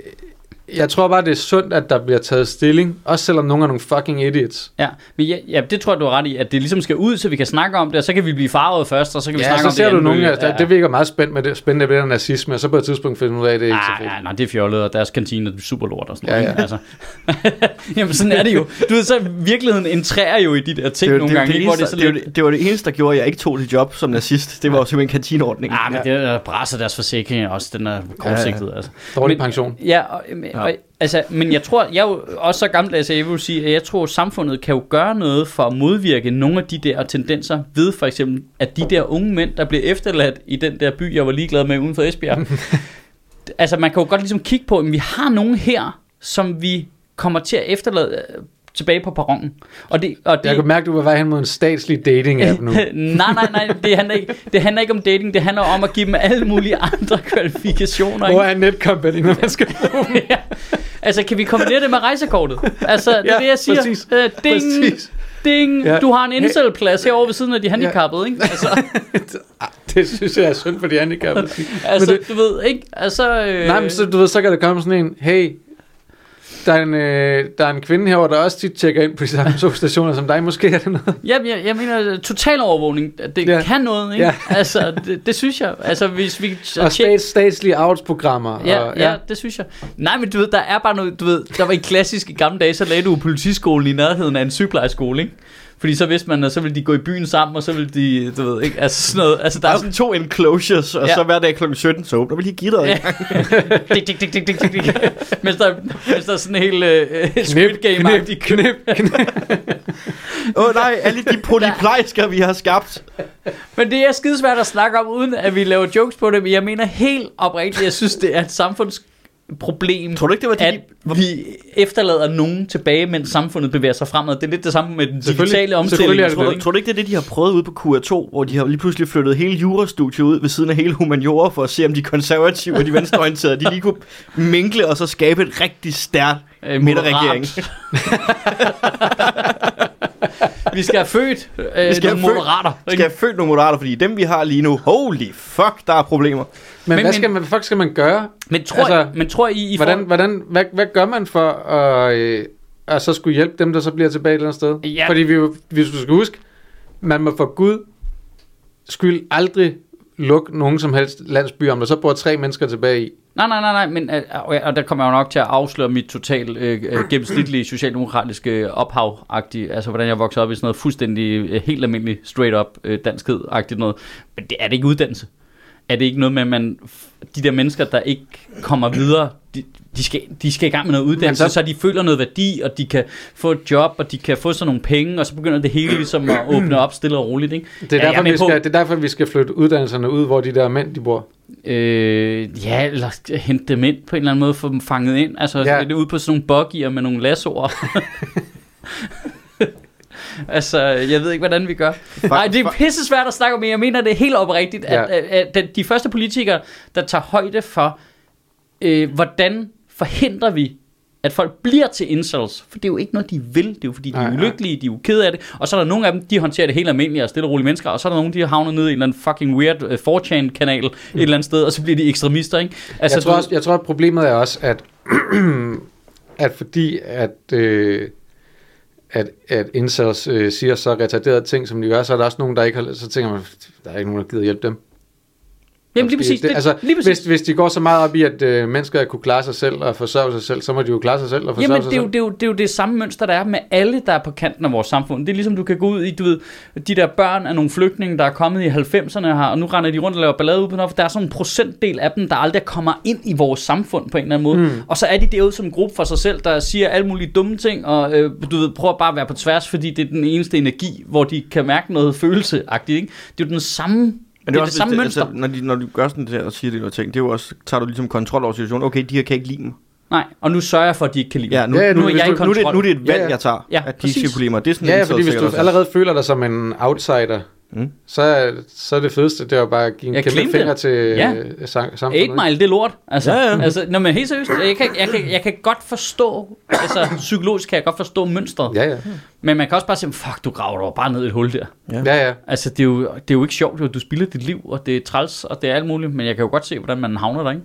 S2: jeg tror bare, det er sundt, at der bliver taget stilling, også selvom nogle er nogle fucking idiots.
S1: Ja, men ja, ja, det tror jeg, du har ret i, at det ligesom skal ud, så vi kan snakke om det, og så kan vi blive farvet først, og så kan vi
S2: Ja,
S1: snakke
S2: så
S1: om
S2: ser
S1: det
S2: du
S1: anden
S2: nogle,
S1: bølge.
S2: ja, det virker meget spændende med det, spændende ved det nazisme, og så på et tidspunkt finder du ud af, at det er ikke så
S1: Ah,
S2: fedt.
S1: ja, nej, det er fjollet, og deres kantine er super lort og sådan
S2: Ja,
S1: noget.
S2: ja.
S1: Altså. Jamen, sådan er det jo. Du ved, så virkeligheden entrærer jo i de der ting
S3: det,
S1: nogle
S3: det,
S1: gange,
S3: det,
S1: ikke, hvor
S3: eneste,
S1: det er så
S3: det,
S1: lidt...
S3: det, det var det eneste, der gjorde, at jeg ikke tog det job som nazist. Det var jo simpelthen kantineordningen.
S1: Ah, men det er brasser deres forsikring også, den er kortsigtet,
S3: Ja, ja.
S1: altså.
S2: Dårlig
S1: Men-
S2: pension.
S1: Ja, og, og,
S3: Ja.
S1: altså, men jeg tror, jeg er jo også så gammeldags, at jeg vil sige, at jeg tror, at samfundet kan jo gøre noget for at modvirke nogle af de der tendenser ved for eksempel, at de der unge mænd, der bliver efterladt i den der by, jeg var ligeglad med uden for Esbjerg, altså man kan jo godt ligesom kigge på, at vi har nogen her, som vi kommer til at efterlade øh, tilbage på perronen. Og det, og det,
S2: Jeg kunne mærke, at du var vej hen mod en statslig dating-app nu.
S1: nej, nej, nej, det handler, ikke, det handler ikke om dating, det handler om at give dem alle mulige andre kvalifikationer.
S2: Hvor
S1: ikke?
S2: er Netcompany, når man skal bruge det?
S1: Ja. Altså, kan vi kombinere det med rejsekortet? Altså, det er
S2: Ja,
S1: det, jeg siger.
S2: præcis.
S1: Øh, ding,
S2: Præcis.
S1: ding,
S2: Ja.
S1: du har en inselplads herovre ved siden af de handicappede, ikke? Altså,
S2: Det synes jeg er synd for de handicappede.
S1: altså
S2: det-
S1: du ved, ikke? Altså, øh,
S2: Nej, men så, du ved, så kan der komme sådan en, hey, der er en, øh, der er en kvinde herovre, der også tit tjekker ind på de samme togstationer som dig. Måske er det noget.
S1: jeg, jeg, jeg mener, total overvågning, det
S2: Ja.
S1: ja. kan noget, ikke?
S2: Ja.
S1: Altså, det, det synes jeg. Altså, hvis vi...
S2: Og stats, statslige avlsprogrammer.
S1: Ja,
S2: og,
S1: ja, det synes jeg. Nej, men du ved, der er bare noget, du ved, der var en klassisk i gamle dage, så lagde du politiskolen i nærheden af en sygeplejeskole, ikke? Fordi så vidste man, at så ville de gå i byen sammen, og så ville de, du ved, ikke? Altså sådan noget, altså der
S3: Der
S1: er
S3: er
S1: sådan...
S3: sådan to enclosures, og
S1: Ja.
S3: så hver dag klokken sytten, så åbner vi lige gitteret.
S1: Ja. Dik, dik, dik, dik, dik, dik, dik. Mens der, mens der er sådan en helt uh, Squid Game-agtig
S2: knip, knip.
S3: Åh oh, nej, alle de polyplejsker, vi har skabt.
S1: Men det er skidesvært at snakke om, uden at vi laver jokes på det, men jeg mener helt oprigtigt, jeg synes, det er et samfunds problem,
S3: Tror du ikke, det var det,
S1: at vi efterlader nogen tilbage, mens samfundet bevæger sig fremad. Det er lidt det samme med den digitale omstilling.
S3: Tror du, tror du ikke, det er det, de har prøvet ude på Q R to, hvor de har lige pludselig flyttet hele jurastudiet ud ved siden af hele humaniora, for at se, om de konservative og de venstreorienterede, de lige kunne minkle og så skabe et rigtig stærkt øh, midterregering.
S1: Vi skal have født øh,
S3: vi skal
S1: nogle
S3: have
S1: moderater.
S3: Vi skal have født nogle moderater, fordi dem vi har lige nu, holy fuck, der er problemer.
S2: Men,
S1: Men-
S2: hvad skal man, hvad fuck skal man gøre?
S1: Men tror,
S2: Altså,
S1: altså, men tror I, I
S2: Hvordan,
S1: får...
S2: hvordan, hvad, hvad gør man for at, øh, at så skulle hjælpe dem, der så bliver tilbage et eller andet sted?
S1: Ja.
S2: Fordi vi, jo- hvis du skal huske, man må for Gud skyld aldrig lukke nogen som helst landsby, om der så bor tre mennesker tilbage i.
S1: Nej, nej, nej, nej, men øh, og, og der kommer jeg jo nok til at afsløre mit totalt øh, øh, gennemsnitlige socialdemokratiske ophav-agtige, altså hvordan jeg voksede op i sådan noget fuldstændig øh, helt almindeligt straight up øh, danskhed-agtigt noget. Men det er det ikke uddannelse. Er det ikke noget med, at man, de der mennesker, der ikke kommer videre, de, de, skal, de skal i gang med noget uddannelse,
S2: Men så-
S1: så de føler noget værdi, og de kan få et job, og de kan få sådan nogle penge, og så begynder det hele ligesom at åbne op stille og roligt, ikke?
S2: Det er,
S1: Ja, jeg
S2: derfor,
S1: med
S2: vi
S1: på-
S2: skal, det er derfor, vi skal flytte uddannelserne ud, hvor de der mænd, de bor.
S1: Øh, ja, eller hente dem ind på en eller anden måde, få dem fanget ind. Altså,
S2: Ja.
S1: ja. det er ude på sådan nogle buggier med nogle lassoer. Altså, jeg ved ikke, hvordan vi gør. Nej, det er pisse svært at snakke om, men jeg mener, det er helt oprigtigt, at,
S2: Ja.
S1: at, at, at de første politikere, der tager højde for, øh, hvordan forhindrer vi, at folk bliver til incels, for det er jo ikke noget, de vil, det er jo fordi, de
S2: Nej,
S1: er
S2: nej.
S1: ulykkelige, de er jo kede af det, og så er der nogle af dem, de håndterer det helt almindelige og stille og rolige mennesker, og så er der nogle, de havner nede i en eller anden fucking weird uh, four chan kanal et eller andet sted, og så bliver de ekstremister, ikke?
S2: Altså, jeg, tror
S1: du-
S2: også, jeg tror, at problemet er også, at, at fordi at, øh, at, at incels øh, siger så retarderede ting, som de gør, så er der også nogen, der ikke har, så tænker man, der er ikke nogen, der gider hjælpe dem.
S1: Jamen lige præcis,
S2: det,
S1: det,
S2: altså,
S1: lige præcis.
S2: Hvis, hvis de går så meget op i, at øh, mennesker kunne klare sig selv og forsørge sig selv, så må de jo klare sig selv og forsørge
S1: Jamen,
S2: sig
S1: det er, jo,
S2: selv.
S1: det, er jo, det er jo det samme mønster, der er med alle, der er på kanten af vores samfund. Det er ligesom, du kan gå ud i, du ved, de der børn af nogle flygtninge, der er kommet i halvfemserne her, og nu render de rundt og laver ballade ud på noget, for der er sådan en procentdel af dem, der aldrig kommer ind i vores samfund på en eller anden måde. Mm. Og så er de derude som en gruppe for sig selv, der siger alle mulige dumme ting, og øh, du ved, prøver bare at være på tværs, fordi det er den eneste energi, hvor de kan mærke noget følelseagtigt, ikke? Det er jo den samme...
S3: Men
S1: det er
S3: også,
S1: det samme
S3: det,
S1: mønster.
S3: altså, når, de, når du gør sådan der og siger det og ting, det er jo også, tager du ligesom kontrol over situationen. Okay, de her kan ikke lide mig.
S1: Nej, og nu sørger jeg for, at de ikke kan lide
S3: Ja, nu,
S2: Ja,
S3: ja,
S2: nu-
S3: nu, nu,
S2: hvis
S3: er
S2: du-
S3: jeg nu, er det,
S1: kontrol.
S3: nu er det et valg,
S2: Ja, ja.
S3: jeg tager,
S1: Ja,
S3: at de
S1: præcis.
S3: ikke skal kunne lide mig. Det er sådan
S2: Ja,
S3: en
S2: ja, fordi hvis du
S3: sikkert også.
S2: allerede føler dig som en outsider,
S3: Mm.
S2: så, er- så er det fedeste, det er jo bare at give en
S1: Ja,
S2: kæmpe
S1: claim det.
S2: finger til
S1: Ja.
S2: øh, sam- samfundet.
S1: eight Mile, det er lort. Altså,
S3: Ja, ja.
S1: altså, nå, men helt seriøst, jeg kan, jeg, kan, jeg kan godt forstå, altså psykologisk kan jeg godt forstå mønstret,
S2: Ja, ja.
S1: men man kan også bare sige, fuck, du graver dig bare ned i et hul der.
S3: Ja.
S2: Ja, ja.
S1: Altså, det er jo, det er jo ikke sjovt, jo. Du spilder dit liv, og det er træls, og det er alt muligt, men jeg kan jo godt se, hvordan man havner der, ikke?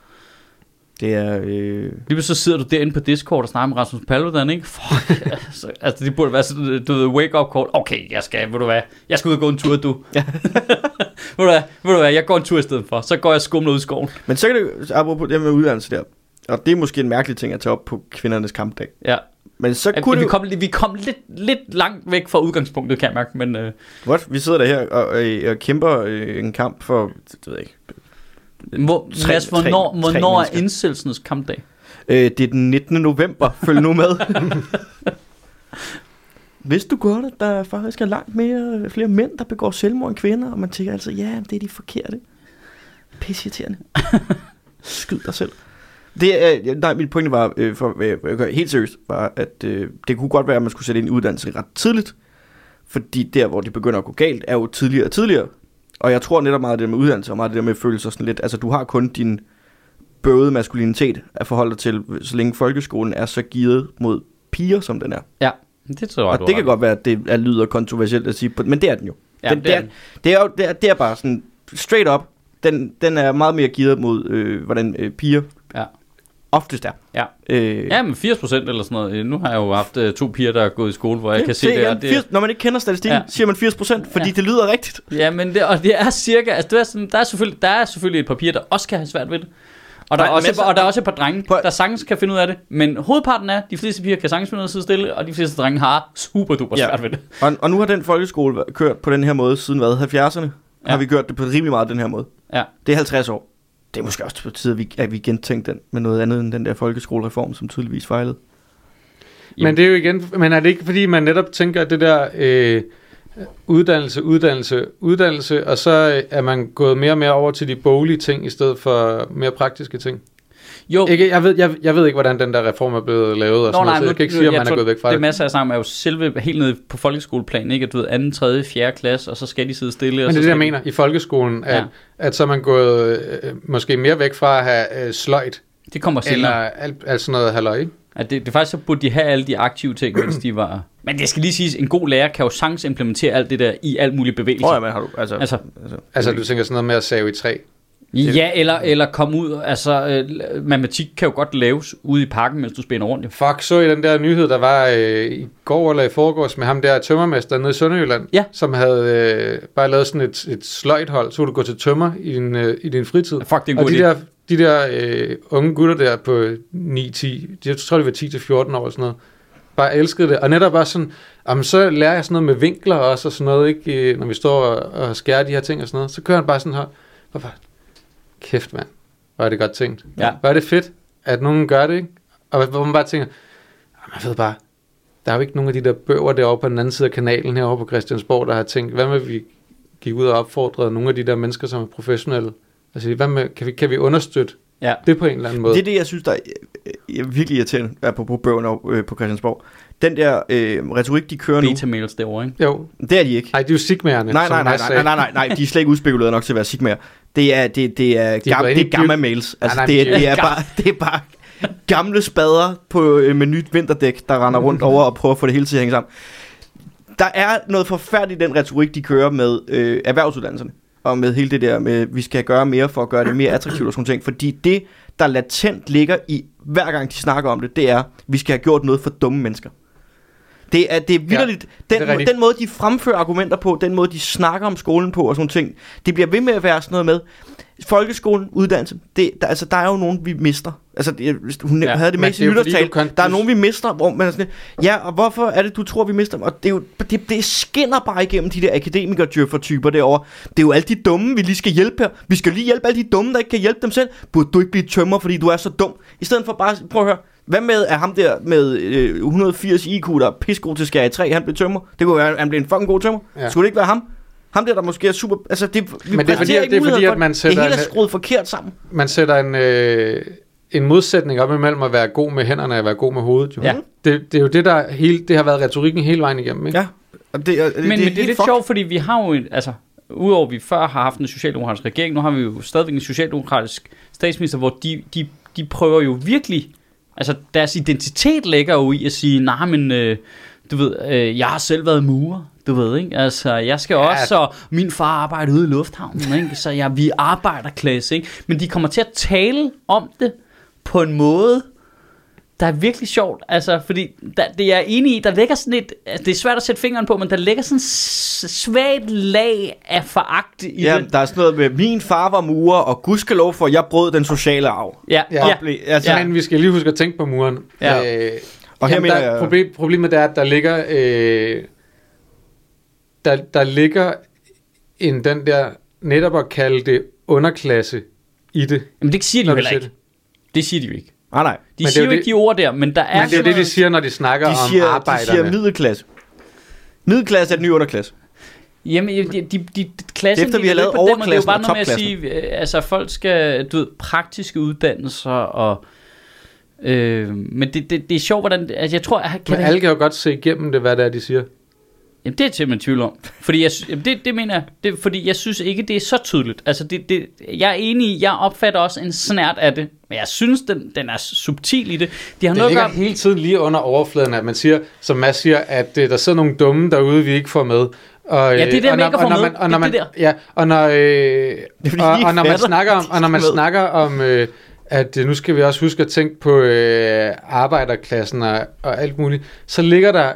S3: Det er... Øh...
S1: Lige pludselig så sidder du derinde på Discord og snakker med Rasmus Paludan, ikke? Fuck, altså, altså, det burde være sådan, du ved, wake up call. Okay, jeg skal, ved du hvad, jeg skal ud og gå en tur, du.
S3: Ja.
S1: ved du hvad, ved du hvad, jeg går en tur i stedet for, så går jeg skumlet ud i skoven.
S3: Men så kan det apropos det med uddannelse der, og det er måske en mærkelig ting at tage op på kvindernes kampdag.
S1: Ja.
S3: Men så
S1: Ja,
S3: kunne
S1: vi,
S3: det
S1: kom, vi kom lidt, lidt langt væk fra udgangspunktet, kan jeg mærke, men... Øh,
S3: What? Vi sidder der her og, og, og kæmper øh, en kamp for, det ved jeg ikke.
S1: hvor,
S3: Tre-
S1: Mads, hvornår,
S3: tre- tre
S1: hvornår er
S3: mennesker.
S1: indsættelsernes kampdag?
S3: Øh, det er den nittende november. Følg nu med. Vidste du godt, at der faktisk er langt mere, flere mænd, der begår selvmord end kvinder? Og man tænker altså, ja, det er de forkerte. Pisseirriterende. Skyd dig selv. Det er, nej, mit pointe var, øh, for øh, at gøre helt seriøst, var, at øh, det kunne godt være, at man skulle sætte ind i uddannelse ret tidligt. Fordi der, hvor det begynder at gå galt, er jo tidligere og tidligere. Og jeg tror netop meget af det med uddannelse, og meget af det der med at føle sig sådan lidt, altså du har kun din bøvede maskulinitet at forholde dig til, så længe folkeskolen er så gearet mod piger, som den er.
S1: Ja, det tror jeg,
S3: Og
S1: du
S3: det
S1: har
S3: kan godt være, at det er lyder kontroversielt at sige, men det er den jo.
S1: Ja,
S3: den,
S1: det
S3: det,
S1: er
S3: er,
S1: den.
S3: det er jo det er, det er bare sådan straight up, den, den er meget mere gearet mod, øh, hvordan øh, piger
S1: Ja.
S3: oftest er.
S1: Ja.
S3: Øh,
S1: Ja, men firs procent eller sådan noget. Nu har jeg jo haft uh, to piger, der er gået i skole, hvor jeg kan se det.
S3: igen,
S1: Og det
S3: firs, når man ikke kender statistikken,
S1: Ja.
S3: ja. siger man firs procent, fordi
S1: Ja.
S3: ja. det lyder rigtigt.
S1: ja, men det, og det er cirka, altså det er sådan, der, er selvfølgelig, der er selvfølgelig et par piger, der også kan have svært ved det. Og der,
S3: Nej,
S1: er også,
S3: masser-
S1: og der er også et par drenge,
S3: Prøv-
S1: der sagtens kan finde ud af det. Men hovedparten er, de fleste piger kan sagtens finde ud af at sidde stille, og de fleste drenge har super duper
S3: Ja.
S1: svært ved det.
S3: Og, og nu har den folkeskole væ- kørt på den her måde siden hvad, halvfjerdserne,
S1: Ja.
S3: har vi gjort det på rimelig meget den her måde.
S1: Ja.
S3: Det er halvtreds år. Det er måske også på tide, at vi, at vi gentænkte den med noget andet end den der folkeskolereform, som tydeligvis fejlede.
S2: Men det er jo igen, men er det ikke fordi, man netop tænker, at det der øh, uddannelse, uddannelse, uddannelse, og så er man gået mere og mere over til de boglige ting, i stedet for mere praktiske ting?
S1: Jo.
S2: Ikke, jeg, ved, jeg, jeg ved ikke, hvordan den der reform er blevet lavet, og
S1: Nå,
S2: sådan
S1: nej,
S2: noget, så jeg kan ikke sige, om man er gået væk fra
S1: det.
S2: det.
S1: Det masser af sammen er jo selve helt nede på folkeskoleplan, ikke? At du ved, anden, tredje, fjerde klasse, og så skal de sidde stille.
S2: Men
S1: og
S2: det er
S1: så
S2: det, jeg
S1: skal
S2: mener, i folkeskolen, at,
S1: Ja.
S2: at så er man gået øh, måske mere væk fra at have øh, sløjt,
S1: de, det kommer
S2: eller
S1: senere.
S2: alt, alt sådan noget halløj, ikke?
S1: At det, det faktisk så burde de have alle de aktive ting, mens de var... Men det skal lige siges, en god lærer kan jo sagtens implementere alt det der i alt mulig bevægelse.
S3: Åh, oh, ja, men har du... Altså,
S1: Altså,
S3: altså,
S2: Altså, du tænker sådan noget med at save i træ.
S1: Ja, eller, eller komme ud, altså øh, matematik kan jo godt laves ude i parken, mens du spænder rundt. Jo.
S2: Fuck, så I den der nyhed, der var øh, i går eller i forgårs med ham der tømmermester nede i Sønderjylland,
S1: Ja.
S2: som havde øh, bare lavet sådan et, et sløjthold, så kunne du gå til tømmer i din, øh, i din fritid.
S1: Fuck, det er en
S2: Og
S1: god
S2: de
S1: idé.
S2: der, de der øh, unge gutter der på ni ti, jeg tror, de var ti til fjorten år og sådan noget, bare elskede det. Og netop bare sådan, jamen, så lærer jeg sådan noget med vinkler også og sådan noget, ikke? Når vi står og, og skærer de her ting og sådan noget. Så kører han bare sådan her. Hvorfor? Kæft, mand. Hvor er det godt tænkt.
S1: Ja.
S2: Hvor er det fedt, at nogen gør det, ikke? Og hvor man bare tænker, man ved bare, der er jo ikke nogen af de der bøger derovre på den anden side af kanalen herovre på Christiansborg, der har tænkt, hvad med vi gik ud og opfordrede nogle af de der mennesker, som er professionelle? Altså, hvad med, kan vi, kan vi understøtte
S1: Ja.
S2: det på en eller anden måde?
S3: det er det, jeg synes, der er øh, virkelig irriterende, apropos bøgerne øh, på Christiansborg. Den der øh, retorik, de kører nu,
S1: Beta-mails derovre, ikke?
S2: Jo.
S3: det er de ikke.
S2: Ej, det er jo sigmærerne,
S3: Nej,
S2: som
S3: nej, nej,
S2: Mads
S3: nej,
S2: sagde.
S3: nej, nej, nej, de er slet ikke udspekuleret nok til at være sigmaer. Det er, det, det er,
S2: De er
S3: gam,
S2: bare
S3: det er
S2: ikke
S3: gamma
S2: dyrt.
S3: mails. Altså,
S2: Nej, nej,
S3: det, er,
S2: de er
S3: det, er bare, det er bare gamle spader på, øh, med nyt vinterdæk, der render rundt over og prøver at få det hele til at hænge sammen. Der er noget forfærdeligt i den retorik, de kører med øh, erhvervsuddannelserne. Og med hele det der med, vi skal gøre mere for at gøre det mere attraktivt og sådan ting. Fordi det, der latent ligger i, hver gang de snakker om det, det er, vi skal have gjort noget for dumme mennesker. Det er, det er vitterligt,
S2: det
S3: den,
S2: er
S3: må,
S2: rigtigt.
S3: den måde, de fremfører argumenter på, den måde, de snakker om skolen på og sådan ting, det bliver ved med at være sådan noget med, folkeskolen, uddannelse, det, der, altså, der er jo nogen, vi mister. Altså, det, hun
S1: Ja,
S3: ja, havde det
S2: men
S3: med i
S2: det
S3: sin
S2: er jo fordi,
S3: nytårstale.
S2: du kan-
S3: Der er nogen, vi mister, hvor man er sådan, ja, og hvorfor er det, du tror, vi mister dem? Og det, er jo, det, det skinner bare igennem de der akademiker-djøffer-typer derovre. Det er jo alle de dumme, vi lige skal hjælpe her. Vi skal lige hjælpe alle de dumme, der ikke kan hjælpe dem selv. Burde du ikke blive tømmer, fordi du er så dum? I stedet for bare, prøv at høre, hvad med at ham der med øh, et hundrede og firs I Q, der er pissegod til skære i træ, han blev tømmer? Det kunne være, at han blev en fucking god tømmer.
S2: Ja.
S3: Skulle det ikke være ham? Ham der, der måske er super... Altså, det, vi
S2: Men det er fordi,
S3: præsenterer ikke
S2: det er fordi,
S3: muligheder
S2: at
S3: for
S2: man
S3: det.
S2: sætter
S3: Det hele er
S2: en-
S3: skruet forkert sammen.
S2: Man sætter en, øh, en modsætning op imellem at være god med hænderne og være god med hovedet. Jo.
S1: Ja.
S2: Det, det er jo det, der hele, det har været retorikken hele vejen igennem. Ikke?
S3: Ja. Og det, og det,
S1: Men, men det er
S3: helt
S1: lidt
S3: fucked.
S1: sjovt, fordi vi har jo, en- altså, udover at vi før har haft en socialdemokratisk regering, nu har vi jo stadigvæk en socialdemokratisk statsminister, hvor de, de, de prøver jo virkelig, altså deres identitet ligger jo i at sige, nej, men øh, du ved, øh, jeg har selv været murer, du ved, ikke? Altså, jeg skal
S2: Ja.
S1: også, og min far arbejder ude i lufthavnen, ikke? Så jeg, vi er arbejderklasse, ikke? Men de kommer til at tale om det på en måde, der er virkelig sjovt, altså, fordi der, det er jeg enig i, der ligger sådan et, altså, det er svært at sætte fingeren på, men der ligger sådan et s- svagt lag af foragt i
S3: Ja,
S1: det.
S3: der er sådan noget med, min far var murer, og gudskelov for, jeg brød den sociale arv.
S1: Ja,
S2: Ja.
S1: ja,
S3: Ople- altså,
S2: Ja. Men vi skal lige huske at tænke på muren.
S1: Ja.
S2: Øh,
S3: Og her
S2: jamen,
S3: mener
S2: der,
S3: jeg-
S2: problem, problemet er, at der ligger, øh, der, der ligger en, den der, netop at kalde det underklasse i det.
S1: men det siger de
S2: når
S1: jo
S2: du
S1: heller
S2: siger
S1: ikke. Det siger de jo ikke.
S3: Nej, nej.
S1: De
S2: Men det er
S1: siger
S2: jo
S1: jo
S2: det-
S1: ikke de ord der, men der er
S2: Men det er jo
S1: sådan
S2: det, de
S1: noget-
S2: siger, når de snakker
S3: De
S2: om
S3: siger, de
S2: arbejderne.
S3: siger middelklasse. Middelklasse er den nye underklasse.
S1: Jamen, de, de, de, klassen,
S3: Efter
S1: de
S3: vi har
S1: er lidt
S3: lavet
S1: på den måde, det er jo
S3: overklassen
S1: bare
S3: og
S1: noget med at
S3: topklassen.
S1: sige, øh, altså folk skal, du ved, praktiske uddannelser, og, øh, men det, det, det er sjovt, hvordan, altså jeg tror, kan
S2: Men
S1: det,
S2: alle kan jo godt se igennem det, hvad det er, de siger.
S1: jamen det er jeg simpelthen tvivl om, fordi jeg, sy- jamen det, det mener jeg, det, fordi jeg synes ikke, det er så tydeligt, altså det, det, jeg er enig i, jeg opfatter også en snert af det, men jeg synes, den, den er subtil i det, de har
S2: Det
S1: noget at
S2: ligger
S1: gøre,
S2: hele tiden lige under overfladen, at man siger, som Mads siger, at øh, der sidder nogle dumme derude, vi ikke får med. Og,
S1: Ja, det er det,
S2: og
S1: man ikke
S2: når-
S1: får
S2: og når
S1: med.
S2: man- og når
S1: Det er
S2: man-
S1: det
S2: Ja, og når, øh,
S3: fordi,
S2: og,
S3: de ikke
S2: og når man
S3: fatter,
S2: snakker om,
S3: de
S2: og når man
S3: skal med.
S2: snakker om, øh, at øh, nu skal vi også huske at tænke på øh, arbejderklassen og, og alt muligt, så ligger der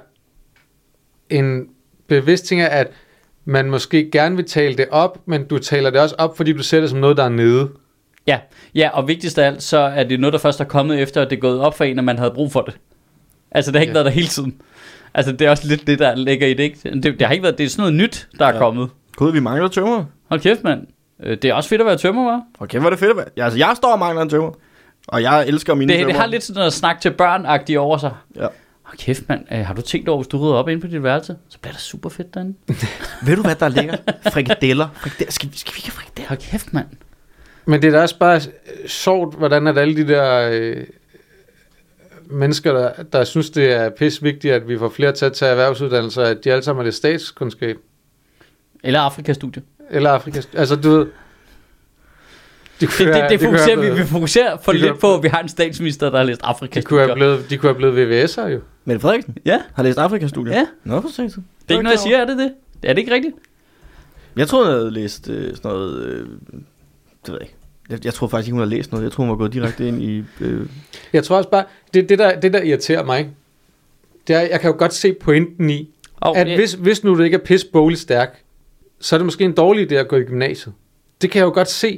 S2: en bevidst ting af, at man måske gerne vil tale det op, men du taler det også op, fordi du ser det som noget, der er nede.
S1: ja, ja, og vigtigst af alt, så er det noget, der først er kommet efter, at det er gået op for en, at man havde brug for det. Altså, det har ikke
S2: Ja.
S1: været der hele tiden. Altså, det er også lidt det, der ligger i det, ikke? Det, det har ikke været, det er sådan noget nyt, der er
S3: Ja.
S1: kommet.
S3: Gud, vi mangler tømmer.
S1: Hold kæft, mand. Øh, Det er også fedt at være tømmer, hva'?
S3: Okay, hvor er det fedt at være. Ja, altså, jeg står og mangler en tømmer. Og jeg elsker mine
S1: Det,
S3: tømmer.
S1: det har lidt sådan noget snak til børn-agtigt over sig.
S3: Ja.
S1: Hold kæft, mand. Øh, Har du tænkt over, hvis du rydder op ind på dit værelse? Så bliver det super fedt derinde.
S3: Ved du, hvad der ligger? Frikadeller. Frikadeller. Skal, vi- skal vi ikke have frikadeller?
S1: Hold kæft, mand.
S2: Men det er da også bare sjovt, hvordan at alle de der øh, mennesker, der, der synes, det er pisse vigtigt, at vi får flere til at tage erhvervsuddannelser, at de alle sammen er det statskundskab.
S1: Eller Afrikastudie.
S2: Eller Afrika. Altså, du ved...
S1: Det, det, det, det fokuserer vi, vi fokuserer for lidt på, at vi har en statsminister, der har læst Afrikastudier.
S2: De kunne have blevet, de kunne have blevet V V S'er jo.
S3: Mette Frederiksen?
S1: Ja.
S3: Har læst Afrikastudier?
S1: Ja.
S3: Nå, for sent. Det
S1: er ikke noget, jeg siger, er det det? Er det ikke rigtigt?
S3: Jeg tror, hun havde læst øh, sådan noget... Øh, det ved jeg ikke. Jeg, jeg tror faktisk ikke, hun har læst noget. Jeg tror, hun var gået direkte ind i... Øh...
S2: Jeg tror også bare... Det, det, der, det der irriterer mig, det er, jeg kan jo godt se pointen i, oh, at yeah. hvis, hvis nu du ikke er pisse bogligt stærk, så er det måske en dårlig idé at gå i gymnasiet. Det kan jeg jo godt se.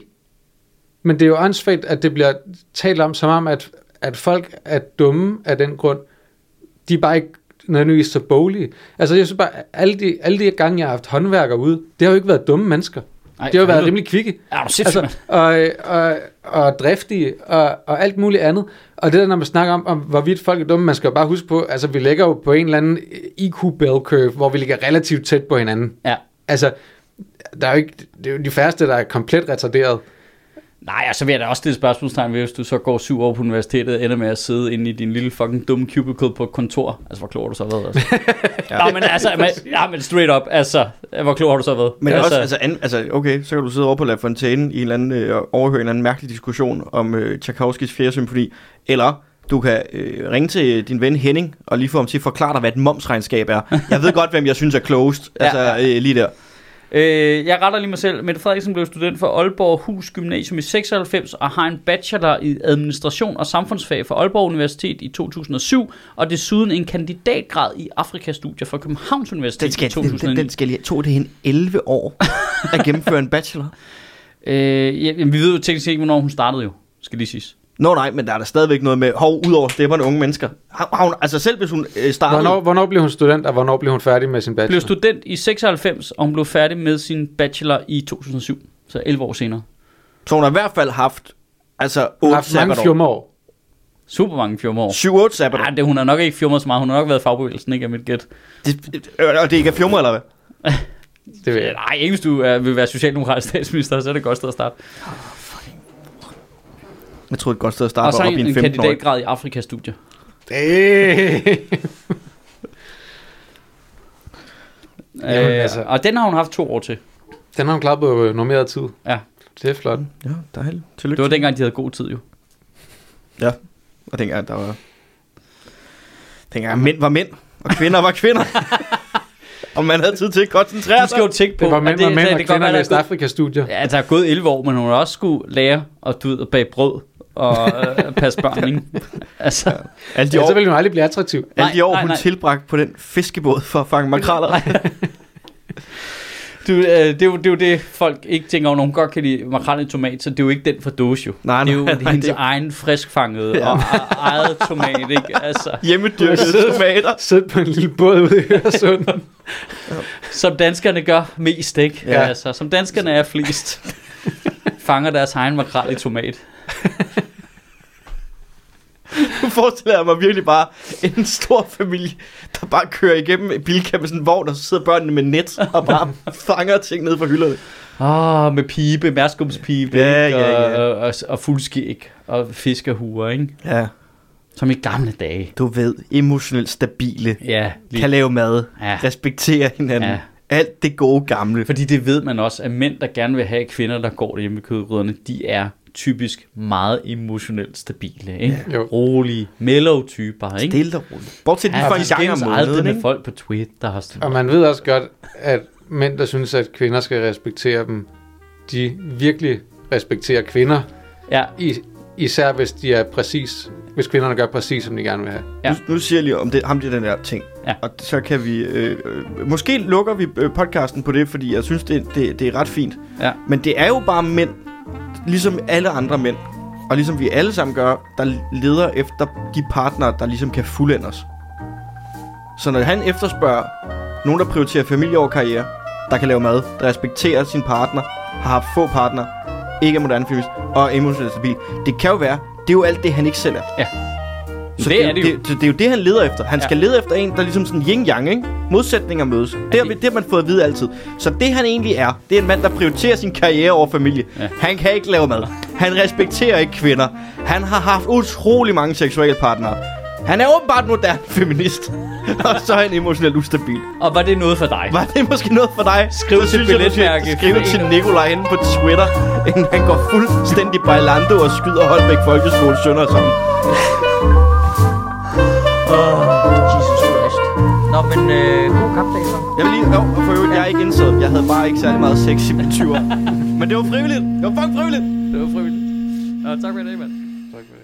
S2: Men det er jo åndssvagt, at det bliver talt om som om, at, at folk er dumme af den grund. De er bare ikke nødvendigvis så boglige. Altså jeg synes bare, alle de, alle de gange, jeg har haft håndværkere ude, det har jo ikke været dumme mennesker. Ej, det har jo været rimelig kvikke.
S1: Ja,
S2: altså, og, og, og driftige, og, og alt muligt andet. Og det der, når man snakker om, om, hvorvidt folk er dumme, man skal jo bare huske på, altså vi ligger jo på en eller anden I Q bell curve, hvor vi ligger relativt tæt på hinanden.
S1: Ja.
S2: Altså, der er jo ikke, det er jo de færreste, der er komplet retarderet.
S1: Nej, altså vil jeg da også stille spørgsmålstegn ved, hvis du så går syv år på universitetet og ender med at sidde inde i din lille fucking dumme cubicle på et kontor. Altså, hvor klog har du så været? Altså? ja. Nå, men altså, men, ja, men straight up, altså, hvor klog har du så været?
S3: Men
S1: altså,
S3: også, altså, an, altså, okay, så kan du sidde over på La Fontaine i en eller anden, øh, overhøre en eller anden mærkelig diskussion om øh, Tchaikovskis fjerde symfoni, eller du kan øh, ringe til din ven Henning og lige få ham til at forklare dig, hvad et momsregnskab er. Jeg ved godt, hvem jeg synes er klogest, altså ja. øh, lige der.
S1: Øh, jeg retter lige mig selv. Mette Frederiksen blev student for Aalborg Hus Gymnasium i seksoghalvfems og har en bachelor i administration og samfundsfag fra Aalborg Universitet i to tusind og syv, og desuden en kandidatgrad i Afrikastudier fra Københavns Universitet
S3: den skal,
S1: i to tusind og ni.
S3: Den, den skal lige tog det hende elleve år at gennemføre en bachelor.
S1: Øh, ja, vi ved jo teknisk ikke, hvornår hun startede jo, skal lige siges.
S3: Nå nej, men der er der stadigvæk noget med, hov, ud over stepperne unge mennesker. Har, har hun, altså selv hvis hun øh, startede...
S2: Hvornår, hvornår blev hun student, og hvornår blev hun færdig med sin bachelor?
S1: Blev student i seksoghalvfems, og hun blev færdig med sin bachelor i to tusind og syv, så elleve år senere.
S3: Så hun har i hvert fald haft, altså otte sabbatår.
S2: Mange år.
S1: Super mange fjumår.
S3: syv otte sabbatår.
S1: Nej, det, hun har nok ikke fjumret så meget, hun har nok været i fagbevægelsen, ikke af mit gæt.
S3: Det, og det ikke er fjummer, eller hvad?
S1: det vil, nej, ikke hvis du er, vil være socialdemokratisk statsminister, så er det et godt sted at starte.
S3: Jeg tror, det er et godt sted at starte.
S1: Og så en, en kandidatgrad i Afrikastudier.
S2: øh,
S1: altså. Og den har hun haft to år til.
S2: Den har hun klaret på normeret tid.
S1: Ja.
S2: Det er flot.
S3: Ja, dejligt. Tillykke.
S1: Det var dengang, de havde god tid jo.
S3: Ja, og dengang, der var... Dengang mænd var mænd, og kvinder var kvinder. Og man havde tid til at koncentrere sig.
S1: Du skal jo tænke på,
S2: det var mænd,
S1: det,
S2: var mænd,
S1: det,
S2: og
S1: det
S2: kvinder læste Afrikastudier.
S1: Ja, der er gået elleve år, men hun har også skulle lære at, du ved, at bage brød og øh, passe børn, ikke? Altså, ja.
S2: Alle de år, så vil hun aldrig blive attraktiv.
S3: Alle de år, nej, nej. hun tilbragt på den fiskebåd for at fange makraller.
S1: Du, øh, det, er jo, det er jo det, folk ikke tænker over, når hun godt kan lide makrel i tomat, så det er jo ikke den fra dåse jo. Nej, nej, det er jo nej, hendes det... egen friskfangede ja. og eget tomat, ikke? Altså,
S3: hjemmedyrkede tomater.
S2: Sidde på en lille båd ude i Øresund.
S1: ja. Som danskerne gør mest, ikke? Ja. Altså, som danskerne er flest. Fanger deres egen makrel i tomat.
S3: Nu forestiller jeg mig virkelig bare en stor familie, der bare kører igennem Bilka med sådan en vogn, og så sidder børnene med net og bare fanger ting ned fra hylderne.
S1: Åh, oh, med pibe, mærskumspibe,
S3: ja, ja, ja.
S1: Og, og, og fuldskæg og fiskerhuer, ikke?
S3: Ja.
S1: Som i gamle dage.
S3: Du ved, emotionelt stabile,
S1: ja, lige.
S3: Kan lave mad,
S1: ja.
S3: Respektere hinanden. Ja. Alt det gode gamle.
S1: Fordi det ved man også, at mænd, der gerne vil have kvinder, der går hjemme ved kødgryderne, de er typisk meget emotionelt stabile, ikke?
S2: Ja.
S1: Rolige, mellow typer, ikke?
S3: Stille og roligt. Bortset lige for en gang om måneden,
S1: aldrig
S3: ikke?
S1: med folk på Twitter. Har
S2: og man ved også godt, at mænd, der synes, at kvinder skal respektere dem, de virkelig respekterer kvinder.
S1: Ja.
S2: I, især hvis de er præcis, hvis kvinderne gør præcis, som de gerne vil have.
S1: Ja.
S3: Nu, nu siger jeg lige om det, ham det den der ting.
S1: Ja.
S3: Og så kan vi, øh, øh, måske lukker vi øh, podcasten på det, fordi jeg synes, det, det, det er ret fint.
S1: Ja.
S3: Men det er jo bare mænd, ligesom alle andre mænd, og ligesom vi alle sammen gør, der leder efter de partnere, der ligesom kan fuldende os. Så når han efterspørger nogen, der prioriterer familie over karriere, der kan lave mad, der respekterer sin partner, har haft få partnere, ikke er moderne feminist og emotionelt stabil, det kan jo være, det er jo alt det, han ikke selv er.
S1: Ja.
S3: Så
S1: det,
S3: det,
S1: er det,
S3: det, det, det er jo det, han leder efter. Han ja. skal lede efter en, der er ligesom sådan yin-yang, ikke? Modsætninger mødes. Det har, det har man fået at vide altid. Så det, han egentlig er, det er en mand, der prioriterer sin karriere over familie. Ja. Han kan ikke lave mad. Han respekterer ikke kvinder. Han har haft utrolig mange seksualpartnere. Han er åbenbart moderne feminist. Og så er han emotionelt ustabil.
S1: Og var det noget for dig?
S3: Var det måske noget for dig?
S1: Skriv
S3: Så
S1: til
S3: synes jeg, du
S1: billetmærke.
S3: skal Skriv til Nikolaj inde på Twitter. Inden han går fuldstændig bailando og skyder Holbæk Folkeskole sønder sammen.
S1: Åh, Jesus Christ. Nå, men øh, god kampdag så.
S3: Jeg vil lige... Jo, og for øvrigt, jeg er ikke indsat. Jeg havde bare ikke særlig meget sex i mine tyver. Men det var frivilligt. Det var fucking frivilligt.
S1: Det var frivilligt. Nå, tak for det, mand.
S2: Tak for det.